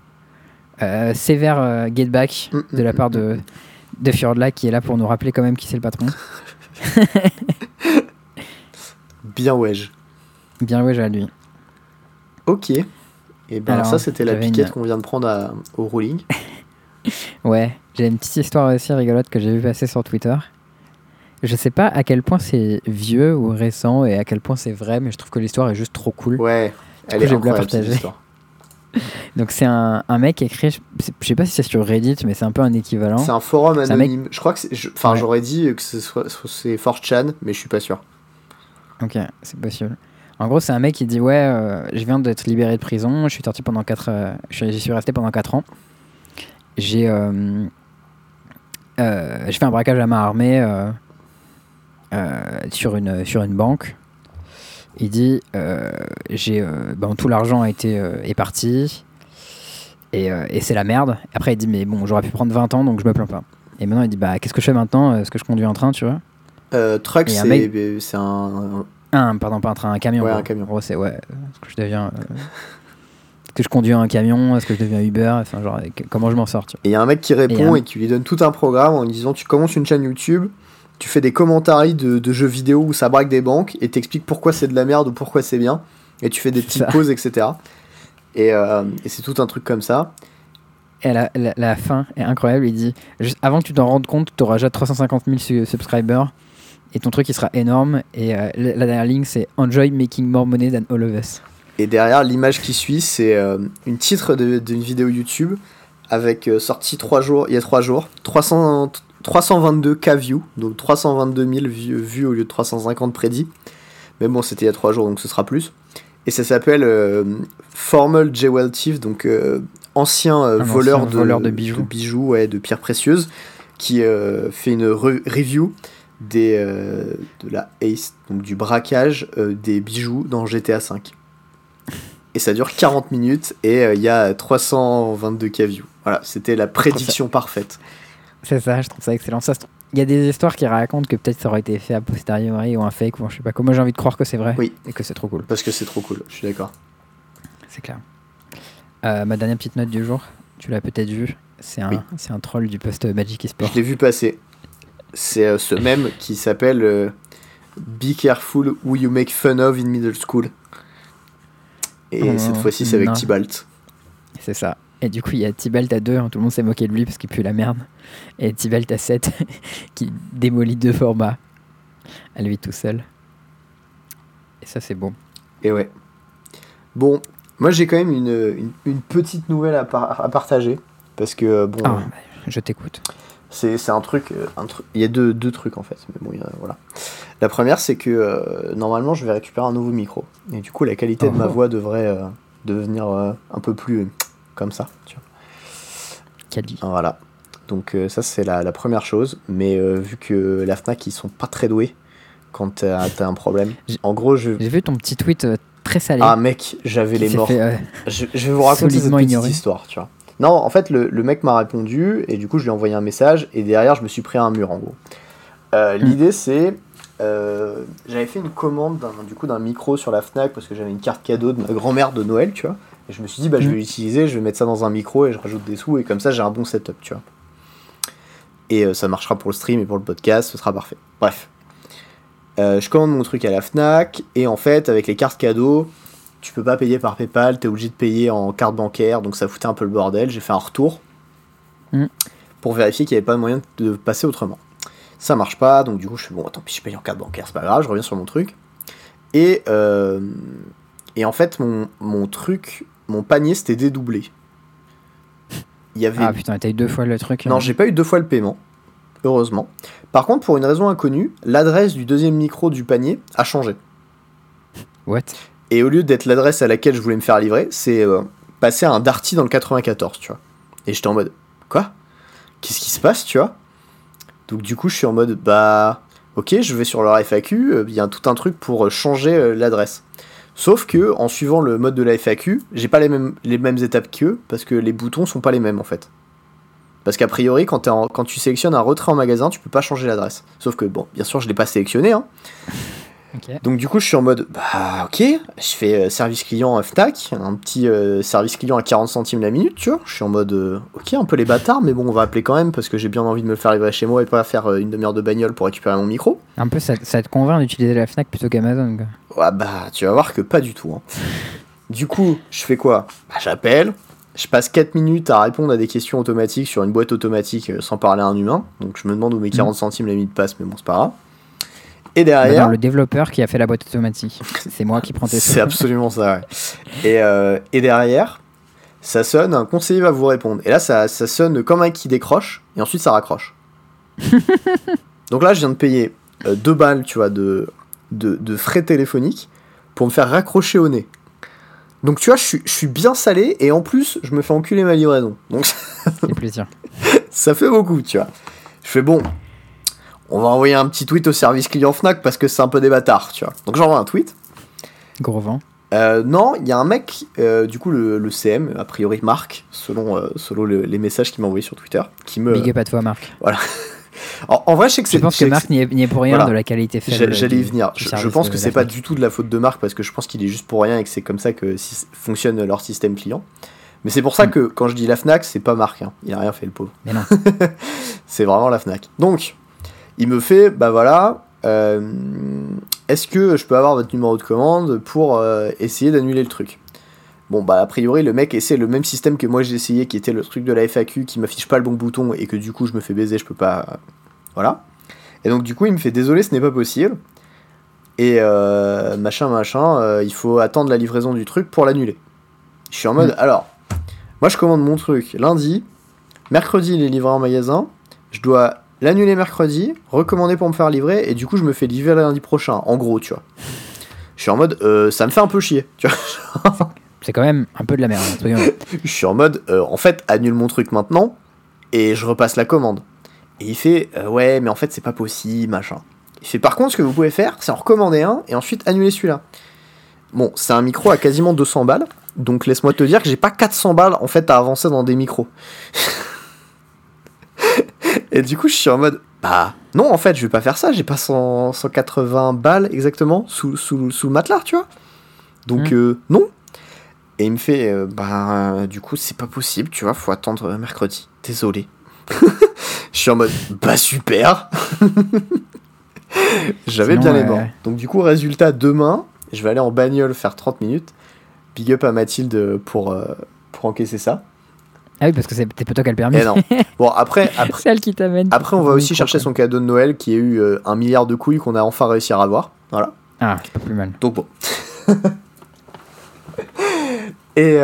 Sévère get back de la part de Fjordla qui est là pour nous rappeler quand même qui c'est le patron. Bien wedge. Bien wedge à lui. Ok. Et ben alors, ça c'était la piquette qu'on vient de prendre au ruling. Ouais, j'ai une petite histoire aussi rigolote que j'ai vu passer sur Twitter. Je sais pas à quel point c'est vieux ou récent et à quel point c'est vrai, mais je trouve que l'histoire est juste trop cool. Ouais, elle est incroyable cette histoire. Donc c'est un mec qui écrit, je sais pas si c'est sur Reddit, mais c'est un peu un équivalent. C'est un forum anonyme. Je crois que j'aurais dit que c'est 4chan, mais je suis pas sûr. Ok, c'est possible. En gros, c'est un mec qui dit je viens d'être libéré de prison, je suis sorti pendant 4 j'y suis resté pendant 4 ans. J'ai fait un braquage à main armée sur une banque. Il dit tout l'argent est parti et c'est la merde. Après il dit mais bon, j'aurais pu prendre 20 ans donc je me plains pas. Et maintenant il dit qu'est-ce que je fais maintenant? Est-ce que je conduis un train, tu vois? Truck c'est pardon, pas un train, un camion. Ouais, un camion. En gros, c'est est-ce que je deviens est-ce que je conduis un camion? Est-ce que je deviens Uber? Enfin, genre, comment je m'en sors, tu vois? Et il y a un mec qui répond et qui lui donne tout un programme en lui disant tu commences une chaîne YouTube, tu fais des commentaires de jeux vidéo où ça braque des banques et t'expliques pourquoi c'est de la merde ou pourquoi c'est bien et tu fais des petites pauses, etc. Et c'est tout un truc comme ça. Et la fin est incroyable. Il dit juste avant que tu t'en rendes compte, tu auras déjà 350 000 subscribers et ton truc il sera énorme. Et la dernière ligne c'est Enjoy making more money than all of us. Et derrière, l'image qui suit, c'est une titre d'une vidéo YouTube avec sortie il y a 3 jours, 322K views, donc 322 000 vues au lieu de 350 prédits. Mais bon, c'était il y a 3 jours, donc ce sera plus. Et ça s'appelle Formal Jeweltive, donc ancien voleur de bijoux, ouais, de pierres précieuses, qui fait une review de la Ace, donc du braquage des bijoux dans GTA V. Et ça dure 40 minutes et il y a 322K views. Voilà, c'était la prédiction parfaite. C'est ça, je trouve ça excellent. Il y a des histoires qui racontent que peut-être ça aurait été fait a posteriori ou un fake ou je sais pas quoi. Moi j'ai envie de croire que c'est vrai et que c'est trop cool. Parce que c'est trop cool, je suis d'accord. C'est clair. Ma dernière petite note du jour, tu l'as peut-être vu, c'est un troll du post Magic eSport. Je l'ai vu passer. C'est ce mème qui s'appelle Be careful who you make fun of in middle school. Et cette fois-ci, c'est avec Tibalt. C'est ça. Et du coup, il y a Tibalt à 2, tout le monde s'est moqué de lui parce qu'il pue la merde. Et Tibalt à 7, qui démolit 2 formats à lui tout seul. Et ça, c'est bon. Et ouais. Bon, moi, j'ai quand même une petite nouvelle à partager. Parce que, bon... je t'écoute. C'est un truc... Il y a deux trucs, en fait. Mais bon, voilà. La première, c'est que, normalement, je vais récupérer un nouveau micro. Et du coup, la qualité de ma voix devrait devenir un peu plus... comme ça, tu vois. Quali. Voilà. Donc ça, c'est la première chose. Mais vu que la Fnac, ils sont pas très doués quand t'as un problème. En gros, j'ai vu ton petit tweet très salé. Ah mec, j'avais les morts. Je vais vous raconter cette petite histoire, tu vois. Non, en fait, le mec m'a répondu et du coup, je lui ai envoyé un message et derrière, je me suis pris un mur, en gros. L'idée, c'est... j'avais fait une commande d'un micro sur la Fnac parce que j'avais une carte cadeau de ma grand-mère de Noël, tu vois. Et je me suis dit, je vais l'utiliser, je vais mettre ça dans un micro et je rajoute des sous et comme ça, j'ai un bon setup, tu vois. Et ça marchera pour le stream et pour le podcast, ce sera parfait. Bref. Je commande mon truc à la Fnac et en fait, avec les cartes cadeaux, tu peux pas payer par PayPal, t'es obligé de payer en carte bancaire, donc ça foutait un peu le bordel. J'ai fait un retour pour vérifier qu'il n'y avait pas moyen de passer autrement. Ça marche pas, donc du coup, je fais bon, tant pis, je paye en carte bancaire, c'est pas grave, je reviens sur mon truc. Et en fait, mon truc, mon panier s'était dédoublé. Il y avait... Ah putain, t'as eu 2 fois le truc. Non, j'ai pas eu 2 fois le paiement, heureusement. Par contre, pour une raison inconnue, l'adresse du deuxième micro du panier a changé. What ? Et au lieu d'être l'adresse à laquelle je voulais me faire livrer, c'est passé à un Darty dans le 94, tu vois. Et j'étais en mode, quoi ? Qu'est-ce qui se passe, tu vois ? Donc du coup, je suis en mode, ok, je vais sur leur FAQ, il y a tout un truc pour changer l'adresse. Sauf que, en suivant le mode de la FAQ, j'ai pas les mêmes étapes qu'eux, parce que les boutons sont pas les mêmes, en fait. Parce qu'a priori, quand tu sélectionnes un retrait en magasin, tu peux pas changer l'adresse. Sauf que, bon, bien sûr, je l'ai pas sélectionné, hein. Okay. Donc du coup, je suis en mode, ok, je fais service client Fnac, un petit service client à 40 centimes la minute, tu vois. Je suis en mode, ok, un peu les bâtards, mais bon, on va appeler quand même, parce que j'ai bien envie de me le faire livrer chez moi et pas faire une demi-heure de bagnole pour récupérer mon micro. Un peu, ça te convainc d'utiliser la Fnac plutôt qu'Amazon, quoi. Ouais, tu vas voir que pas du tout, hein. Du coup, je fais quoi ? J'appelle, je passe 4 minutes à répondre à des questions automatiques sur une boîte automatique sans parler à un humain, donc je me demande où mes 40 centimes la minute passent, mais bon, c'est pas grave. Et derrière... le développeur qui a fait la boîte automatique. C'est moi qui prends tes sous. C'est absolument ça, ouais. Et derrière, ça sonne, un conseiller va vous répondre. Et là, ça sonne comme un qui décroche, et ensuite ça raccroche. Donc là, je viens de payer 2 balles, tu vois, de frais téléphoniques pour me faire raccrocher au nez. Donc tu vois, je suis bien salé, et en plus, je me fais enculer ma livraison. Donc c'est plaisir. Ça fait beaucoup, tu vois. Je fais bon... On va envoyer un petit tweet au service client Fnac parce que c'est un peu des bâtards, tu vois. Donc j'envoie un tweet. Gros vent. Non, il y a un mec, du coup le CM, a priori Marc, selon les messages qu'il m'a envoyés sur Twitter, qui me... Big up à toi, Marc. Voilà. En vrai, je sais que je pense que Marc n'y est pour rien, voilà. De la qualité faible. J'allais y venir. Je pense que c'est pas du tout de la faute de Marc parce que je pense qu'il est juste pour rien et que c'est comme ça que fonctionne leur système client. Mais c'est pour ça que quand je dis la Fnac, c'est pas Marc, hein. Il a rien fait, le pauvre. Mais non. C'est vraiment la Fnac. Donc... Il me fait, est-ce que je peux avoir votre numéro de commande pour essayer d'annuler le truc ? Bon, a priori, le mec essaie le même système que moi j'ai essayé, qui était le truc de la FAQ, qui m'affiche pas le bon bouton et que du coup je me fais baiser, je peux pas... Voilà. Et donc du coup, il me fait, désolé, ce n'est pas possible. Et il faut attendre la livraison du truc pour l'annuler. Je suis en mode, alors, moi je commande mon truc lundi, mercredi il est livré en magasin, je dois... l'annuler mercredi, recommander pour me faire livrer, et du coup je me fais livrer lundi prochain, en gros, tu vois. Je suis en mode, ça me fait un peu chier, tu vois. c'est quand même un peu de la merde. Entre guillemets. Je suis en mode, en fait, annule mon truc maintenant et je repasse la commande. Et il fait, ouais, mais en fait, c'est pas possible, machin. Il fait, par contre, ce que vous pouvez faire, c'est en recommander un et ensuite annuler celui-là. Bon, c'est un micro à quasiment 200 balles, donc laisse-moi te dire que j'ai pas 400 balles en fait à avancer dans des micros. Et du coup, je suis en mode, bah non, en fait, je vais pas faire ça, j'ai pas 180 balles exactement sous le matelas, tu vois. Donc, non. Et il me fait, bah, du coup, c'est pas possible, tu vois, faut attendre mercredi. Désolé. Je suis en mode, bah super. J'avais Sinon, bien les mains. Donc, du coup, résultat, demain, je vais aller en bagnole faire 30 minutes. Big up à Mathilde pour encaisser ça. Ah oui, parce que c'est peut-être toi qui as le permis. Eh non. Bon, après c'est elle qui t'amène. Après, on va aussi chercher son cadeau de Noël qui a eu 1 milliard de couilles qu'on a enfin réussi à avoir. Voilà. Ah, c'est pas plus mal. Donc bon. Et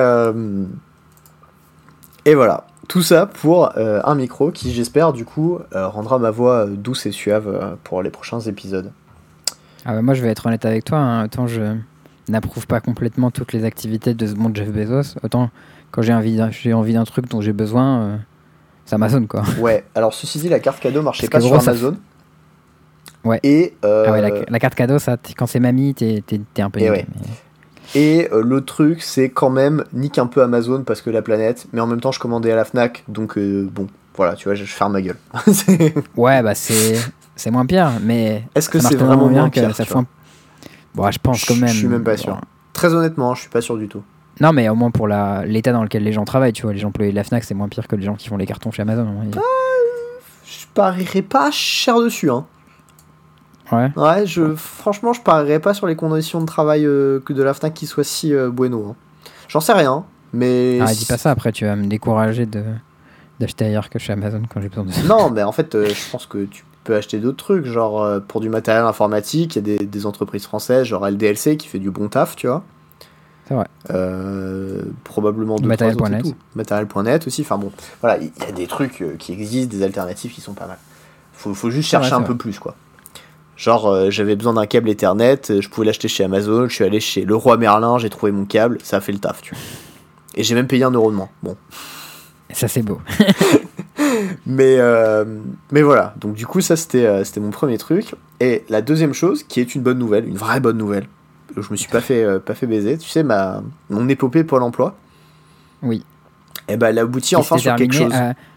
voilà. Tout ça pour un micro qui, j'espère, du coup, rendra ma voix douce et suave pour les prochains épisodes. Ah bah moi, je vais être honnête avec toi. Hein. Autant je n'approuve pas complètement toutes les activités de ce bon Jeff Bezos, autant quand j'ai envie d'un truc dont j'ai besoin, c'est Amazon, quoi. Ouais, alors ceci dit, la carte cadeau marchait pas gros, sur Amazon. Ouais. Et ah ouais, la carte cadeau, ça, quand c'est mamie, t'es un peu niqué. Ouais. Et le truc, c'est quand même nique un peu Amazon parce que la planète, mais en même temps, je commandais à la Fnac, donc bon, voilà, tu vois, je ferme ma gueule. Ouais, bah c'est moins pire, mais est-ce que c'est vraiment moins pire que ça fait Bon, je pense quand même. Je suis même pas sûr. Très honnêtement, je suis pas sûr du tout. Non, mais au moins pour l'état dans lequel les gens travaillent, tu vois, les employés de la Fnac, c'est moins pire que les gens qui font les cartons chez Amazon. Je parierais pas cher dessus, hein. Ouais. Ouais, franchement, je parierais pas sur les conditions de travail que de la Fnac qui soient si bueno. Hein. J'en sais rien, mais. Ah, dis pas ça, après tu vas me décourager d'acheter ailleurs que chez Amazon quand j'ai besoin de ça. Non, mais en fait, je pense que tu peux acheter d'autres trucs, genre pour du matériel informatique, il y a des entreprises françaises, genre LDLC qui fait du bon taf, tu vois. C'est vrai. Probablement d'autres Matériel.net. Matériel.net aussi, enfin bon, voilà, il y a des trucs qui existent, des alternatives qui sont pas mal. Faut juste chercher un peu plus, quoi. Genre, j'avais besoin d'un câble Ethernet, je pouvais l'acheter chez Amazon, je suis allé chez Leroy Merlin, j'ai trouvé mon câble, ça a fait le taf, tu vois. Et j'ai même payé 1 € de moins. Bon. Ça, c'est beau. mais voilà, donc du coup, ça c'était mon premier truc. Et la deuxième chose, qui est une bonne nouvelle, une vraie bonne nouvelle, je me suis pas fait baiser, tu sais, mon épopée Pôle emploi. Oui. Et ben, elle aboutit enfin sur quelque chose.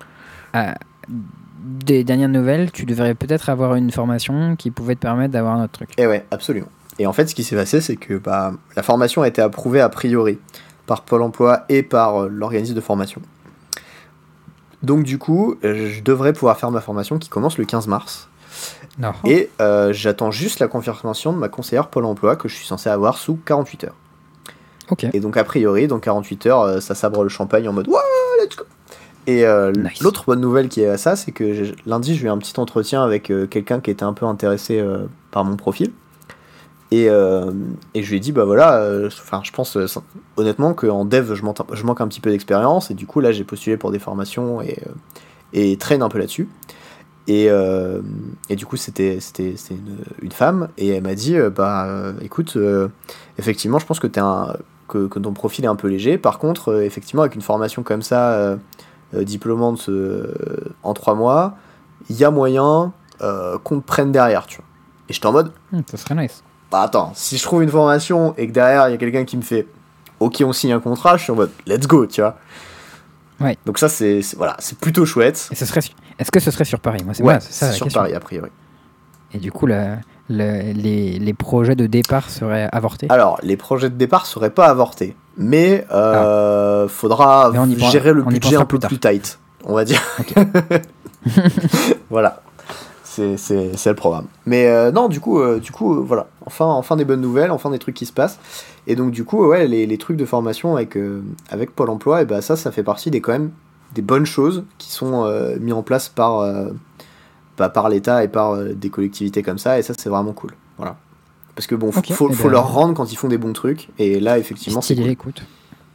Des dernières nouvelles, tu devrais peut-être avoir une formation qui pouvait te permettre d'avoir un autre truc. Et ouais, absolument. Et en fait, ce qui s'est passé, c'est que la formation a été approuvée a priori par Pôle emploi et par l'organisme de formation. Donc du coup, je devrais pouvoir faire ma formation qui commence le 15 mars. Non. Et j'attends juste la confirmation de ma conseillère Pôle emploi que je suis censé avoir sous 48 heures. Ok. Et donc a priori, dans 48 heures, ça sabre le champagne en mode « Ouais, let's go !» Et nice. L'autre bonne nouvelle qui est à ça, c'est que lundi, j'ai eu un petit entretien avec quelqu'un qui était un peu intéressé par mon profil. Et je lui ai dit, bah voilà, je pense honnêtement qu'en dev, je manque un petit peu d'expérience. Et du coup, là, j'ai postulé pour des formations et traîne un peu là-dessus. Et du coup, c'était une femme. Et elle m'a dit, écoute, effectivement, je pense que, que ton profil est un peu léger. Par contre, effectivement, avec une formation comme ça, diplômante en 3 mois, il y a moyen qu'on te prenne derrière, tu vois. Et j'étais en mode... ça serait nice. Bah attends, si je trouve une formation et que derrière, il y a quelqu'un qui me fait « Ok, on signe un contrat », je suis en mode « Let's go », tu vois. Ouais. Donc ça, c'est plutôt chouette. Et est-ce que ce serait sur Paris? Moi, c'est ça, sur question. Paris, a priori. Et du coup, les projets de départ seraient avortés? Alors, les projets de départ seraient pas avortés. Mais faudra gérer le budget un peu plus tight, on va dire. Okay. Voilà. C'est le programme. Mais non, du coup, voilà. Enfin des bonnes nouvelles, enfin des trucs qui se passent. Et donc, du coup, ouais, les trucs de formation avec Pôle emploi, et ça fait partie quand même des bonnes choses qui sont mis en place par l'État et par des collectivités comme ça. Et ça, c'est vraiment cool. Voilà. Parce que bon, faut leur rendre quand ils font des bons trucs. Et là, effectivement, c'est cool. Écoute.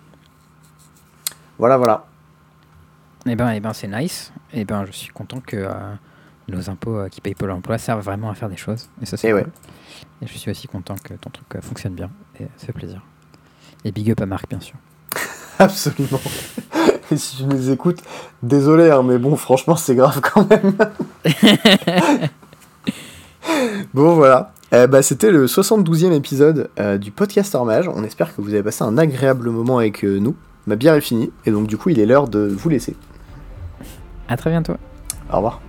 Voilà. Et ben, c'est nice. Et ben, je suis content que nos impôts qui payent Pôle emploi servent vraiment à faire des choses. Et ça, c'est cool. Ouais. Et je suis aussi content que ton truc fonctionne bien. Et ça fait plaisir. Et big up à Marc, bien sûr. Absolument. Et si tu nous écoutes, désolé, hein, mais bon, franchement, c'est grave quand même. Bon, voilà. C'était le 72e épisode du podcast Hormage. On espère que vous avez passé un agréable moment avec nous. Ma bière est finie, et donc du coup, il est l'heure de vous laisser. À très bientôt. Au revoir.